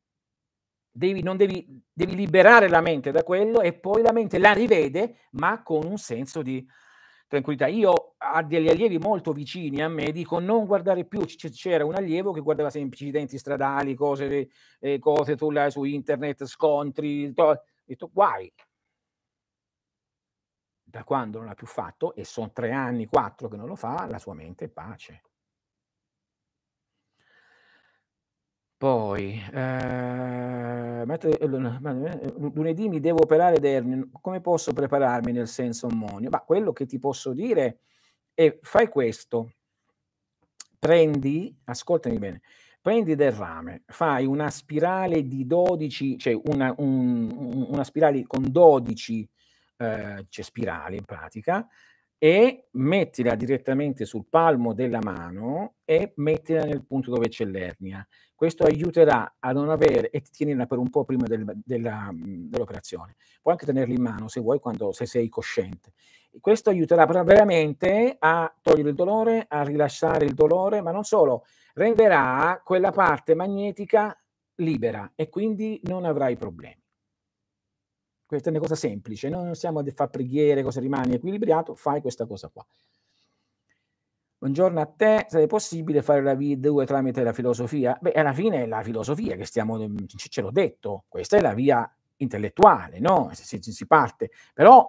Devi liberare la mente da quello e poi la mente la rivede, ma con un senso di tranquillità. Io a degli allievi molto vicini a me dico: "Non guardare più". C'era un allievo che guardava sempre incidenti stradali, cose su internet, scontri, ho detto: "Guai". Da quando non l'ha più fatto, e son 3 anni, 4 che non lo fa, la sua mente è pace. Poi, lunedì mi devo operare d'ernia, come posso prepararmi nel senso ammonio? Ma quello che ti posso dire è: fai questo, ascoltami bene, prendi del rame, fai una spirale di 12, cioè una spirale con 12, cioè spirali in pratica, e mettila direttamente sul palmo della mano e mettila nel punto dove c'è l'ernia. Questo aiuterà a non avere, e tienila per un po' prima dell'operazione. Puoi anche tenerli in mano se vuoi, se sei cosciente. Questo aiuterà veramente a togliere il dolore, a rilasciare il dolore, ma non solo, renderà quella parte magnetica libera e quindi non avrai problemi. Questa è una cosa semplice, non stiamo a fa preghiere, cosa rimani equilibrato, fai questa cosa qua. Buongiorno a te, sarebbe possibile fare la V2 tramite la filosofia? Beh, alla fine è la filosofia che stiamo, ce l'ho detto, questa è la via intellettuale, no, si parte. Però,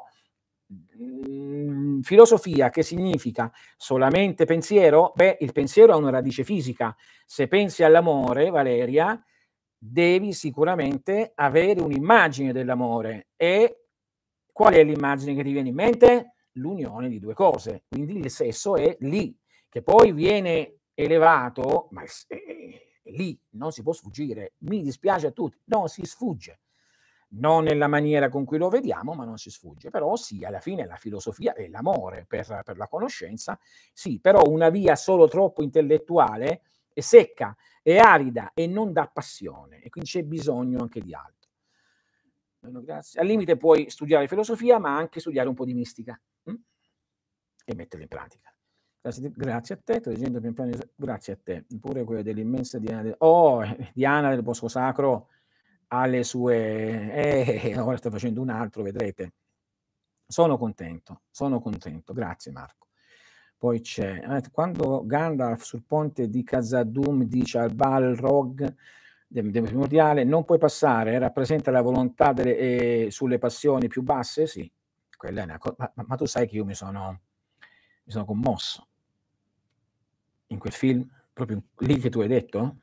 filosofia che significa solamente pensiero? Beh, il pensiero ha una radice fisica. Se pensi all'amore, Valeria, devi sicuramente avere un'immagine dell'amore. E qual è l'immagine che ti viene in mente? L'unione di 2 cose, quindi il sesso è lì, che poi viene elevato, ma è lì, non si può sfuggire. Mi dispiace a tutti, no, si sfugge. Non nella maniera con cui lo vediamo, ma non si sfugge. Però sì, alla fine la filosofia è l'amore per la conoscenza, sì, però una via solo troppo intellettuale è secca, è arida e non dà passione, e quindi c'è bisogno anche di altro. Grazie. Al limite puoi studiare filosofia, ma anche studiare un po' di mistica, e metterla in pratica. Grazie a te, sto leggendo pian piano, grazie a te. Pure quella dell'immensa Diana del Bosco Sacro ha le sue, ora sto facendo un altro, vedrete. Sono contento. Grazie Marco. Poi c'è, quando Gandalf sul ponte di Khazad-dûm dice al Balrog: primordiale, non puoi passare, rappresenta la volontà sulle passioni più basse? Sì, quella è una ma tu sai che io mi sono commosso in quel film, proprio lì che tu hai detto?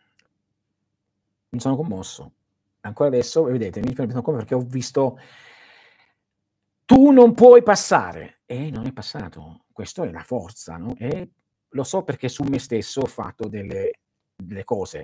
Mi sono commosso. Ancora adesso, vedete, mi sono commosso perché ho visto tu non puoi passare, e non è passato. Questo è la forza, no, e lo so perché su me stesso ho fatto delle cose.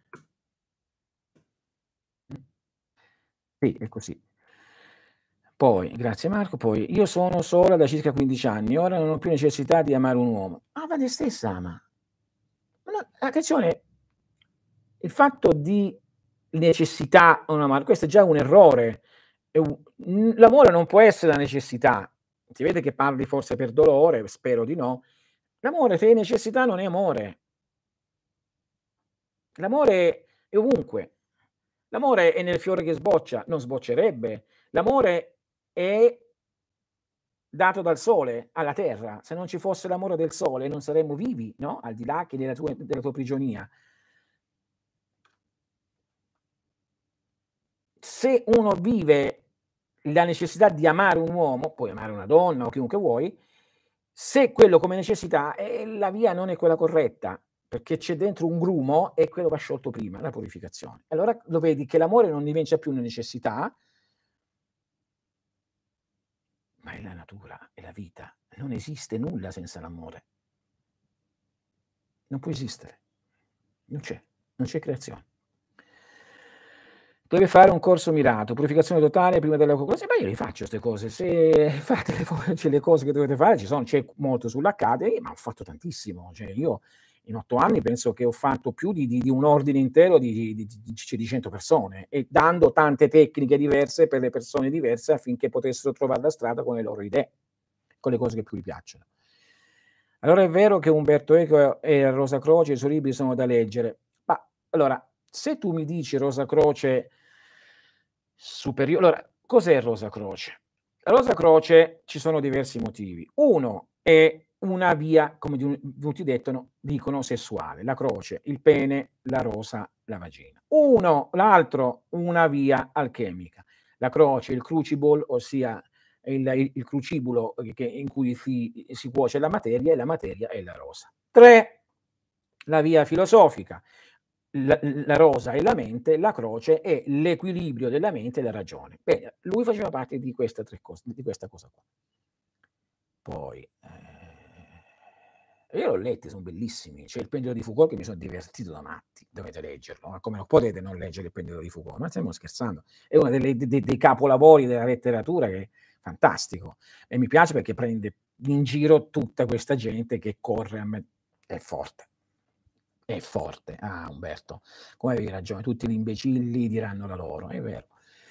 Sì, è così. Poi grazie Marco, poi: "Io sono sola da circa 15 anni, ora non ho più necessità di amare un uomo". Ma te stessa ama. Ma no, attenzione, il fatto di necessità o non amare, questo è già un errore. L'amore non può essere la necessità. Si vede che parli forse per dolore, spero di no. L'amore se è necessità non è amore. L'amore è ovunque. L'amore è nel fiore che sboccia, non sboccerebbe. L'amore è dato dal sole alla terra. Se non ci fosse l'amore del sole non saremmo vivi, no, al di là che della tua prigionia. Se uno vive la necessità di amare un uomo, puoi amare una donna o chiunque vuoi, se quello come necessità, la via non è quella corretta, perché c'è dentro un grumo e quello va sciolto prima, la purificazione. Allora lo vedi che l'amore non diventa più una necessità, ma è la natura, è la vita. Non esiste nulla senza l'amore. Non può esistere. Non c'è creazione. Deve fare un corso mirato, purificazione totale prima della ma io le faccio 'ste cose, se fate le cose che dovete fare, c'è molto sull'accade, ma ho fatto tantissimo. Cioè io in 8 anni penso che ho fatto più di un ordine intero di 100 persone, e dando tante tecniche diverse per le persone diverse affinché potessero trovar la strada con le loro idee, con le cose che più gli piacciono. Allora è vero che Umberto Eco e Rosa Croce, i suoi libri sono da leggere, ma allora se tu mi dici Rosa Croce allora cos'è Rosa Croce? Rosa Croce ci sono diversi motivi. Uno è una via, come molti dicono sessuale, la croce, il pene, la rosa, la vagina. L'altro una via alchemica. La croce, il crucible, ossia il crucibulo in cui si cuoce la materia, e la materia è la rosa. 3, la via filosofica. La rosa è la mente, la croce è l'equilibrio della mente e della ragione. Bene, lui faceva parte di queste 3 cose, di questa cosa qua. Poi, io l'ho letti, son bellissimi. C'è il Pendolo di Foucault che mi son divertito da matti, dovete leggerlo, ma come non potete non leggere il Pendolo di Foucault? Ma stiamo scherzando? È uno dei capolavori della letteratura, che è fantastico, e mi piace perché prende in giro tutta questa gente che corre a me è forte. È forte. Ah, Umberto, come avevi ragione, tutti gli imbecilli diranno la loro, è vero.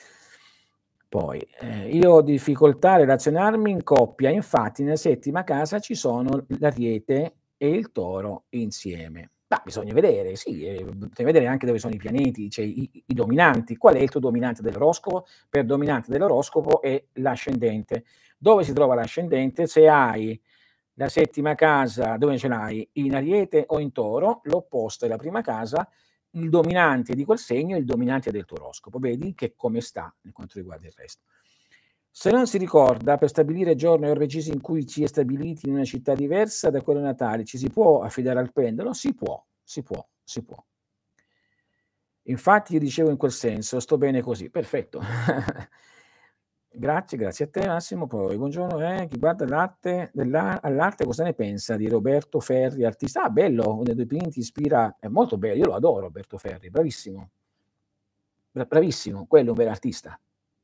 Poi, io ho difficoltà a relazionarmi in coppia, infatti nella settima casa ci sono l'Ariete e il Toro insieme. Mah, bisogna vedere, sì, bisogna vedere anche dove sono i pianeti, cioè i dominanti. Qual è il tuo dominante dell'oroscopo? Per dominante dell'oroscopo è l'ascendente. Dove si trova l'ascendente? Se hai la settima casa, dove ce l'hai? In Ariete o in Toro, l'opposto è la prima casa, il dominante di quel segno è il dominante del tuo oroscopo. Vedi che come sta per quanto riguarda il resto. Se non si ricorda, per stabilire giorno e ore precisi in cui si è stabiliti in una città diversa da quella natale, ci si può affidare al pendolo? Si può, si può, si può. Infatti io dicevo in quel senso, sto bene così. Perfetto. Grazie a te Massimo. Poi buongiorno, chi guarda all'arte cosa ne pensa di Roberto Ferri, artista? Ah, bello, uno dei dipinti ispira, è molto bello, io lo adoro Roberto Ferri, bravissimo. Bravissimo, quello è un vero artista.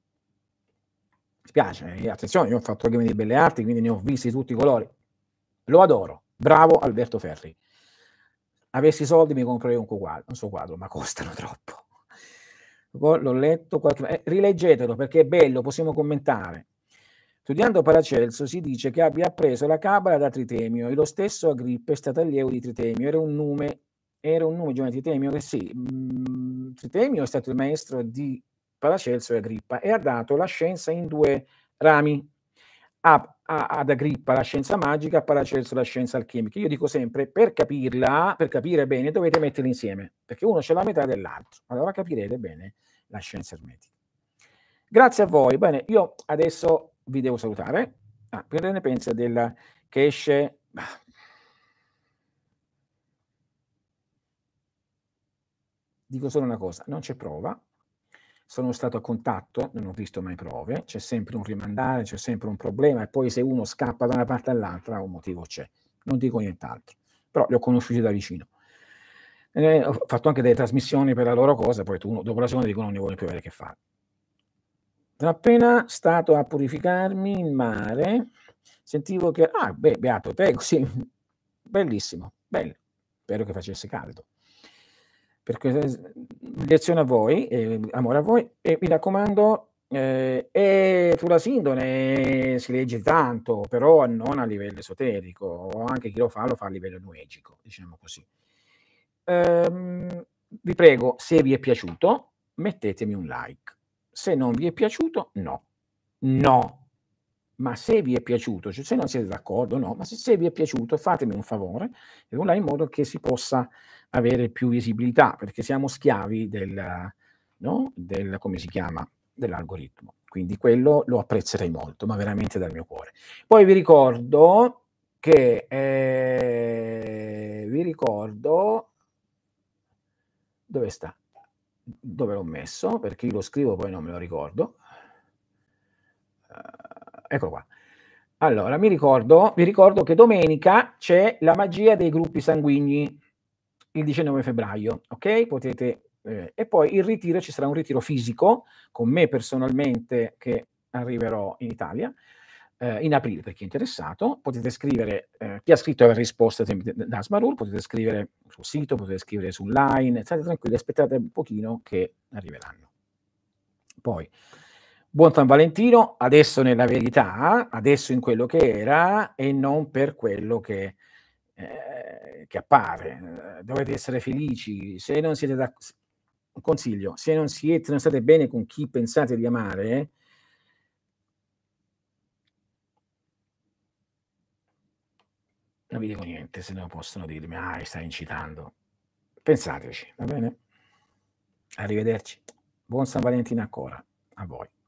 Mi spiace, attenzione, io ho fatto anche delle belle arti, quindi ne ho visti di tutti i colori. Lo adoro, bravo Alberto Ferri. Avessi i soldi mi comprerei un suo quadro, ma costano troppo. L'ho letto rileggetelo perché è bello, possiamo commentare. Studiando Paracelso si dice che abbia appreso la cabala da Tritemio, e lo stesso Agrippa è stato allievo di Tritemio. Era un nome giovane Tritemio, che sì, Tritemio è stato il maestro di Paracelso e Agrippa, e ha dato la scienza in 2 rami. ad Agrippa la scienza magica, a Paracelso la scienza alchimica. Io dico sempre, per capirla, per capire bene, dovete metterli insieme, perché uno c'è la metà dell'altro. Allora capirete bene la scienza ermetica. Grazie a voi. Bene, io adesso vi devo salutare. Cosa ne pensa del che esce? Dico solo una cosa, non c'è prova. Sono stato a contatto, non ho visto mai prove, c'è sempre un rimandare, c'è sempre un problema e poi se uno scappa da una parte all'altra un motivo c'è. Non dico nient'altro, però li ho conosciuti da vicino. Ho fatto anche delle trasmissioni per la loro cosa, poi tu dopo la seconda dico non ne voglio più avere a che fare. Sono appena stato a purificarmi in mare, sentivo che beato te, così bellissimo, bello. Spero che facesse caldo. Lezione a voi, amore a voi e mi raccomando, sulla sindone si legge tanto, però non a livello esoterico, anche chi lo fa a livello noegico, diciamo così. Vi prego, se vi è piaciuto, mettetemi un like. Se non vi è piaciuto, no. No. Ma se vi è piaciuto, cioè se non siete d'accordo, no, ma se vi è piaciuto fatemi un favore, in modo che si possa avere più visibilità, perché siamo schiavi del come si chiama, dell'algoritmo. Quindi quello lo apprezzerei molto, ma veramente dal mio cuore. Poi vi ricordo che dove sta? Dove l'ho messo? Perché io lo scrivo poi non me lo ricordo. Eccolo qua. Allora, vi ricordo che domenica c'è la magia dei gruppi sanguigni, il 19 febbraio, ok? Potete, e poi il ritiro, ci sarà un ritiro fisico con me personalmente che arriverò in Italia in aprile per chi è interessato. Potete scrivere, chi ha scritto avrà risposto da Asmarul, potete scrivere sul sito, potete scrivere su Line, state tranquilli, aspettate un pochino che arriveranno. Poi, buon San Valentino, adesso nella verità, adesso in quello che era e non per quello che appare. Dovete essere felici. Se non siete un consiglio, se non state bene con chi pensate di amare, non vi dico niente, se no possono dirmi: stai incitando. Pensateci, va bene? Arrivederci. Buon San Valentino ancora a voi.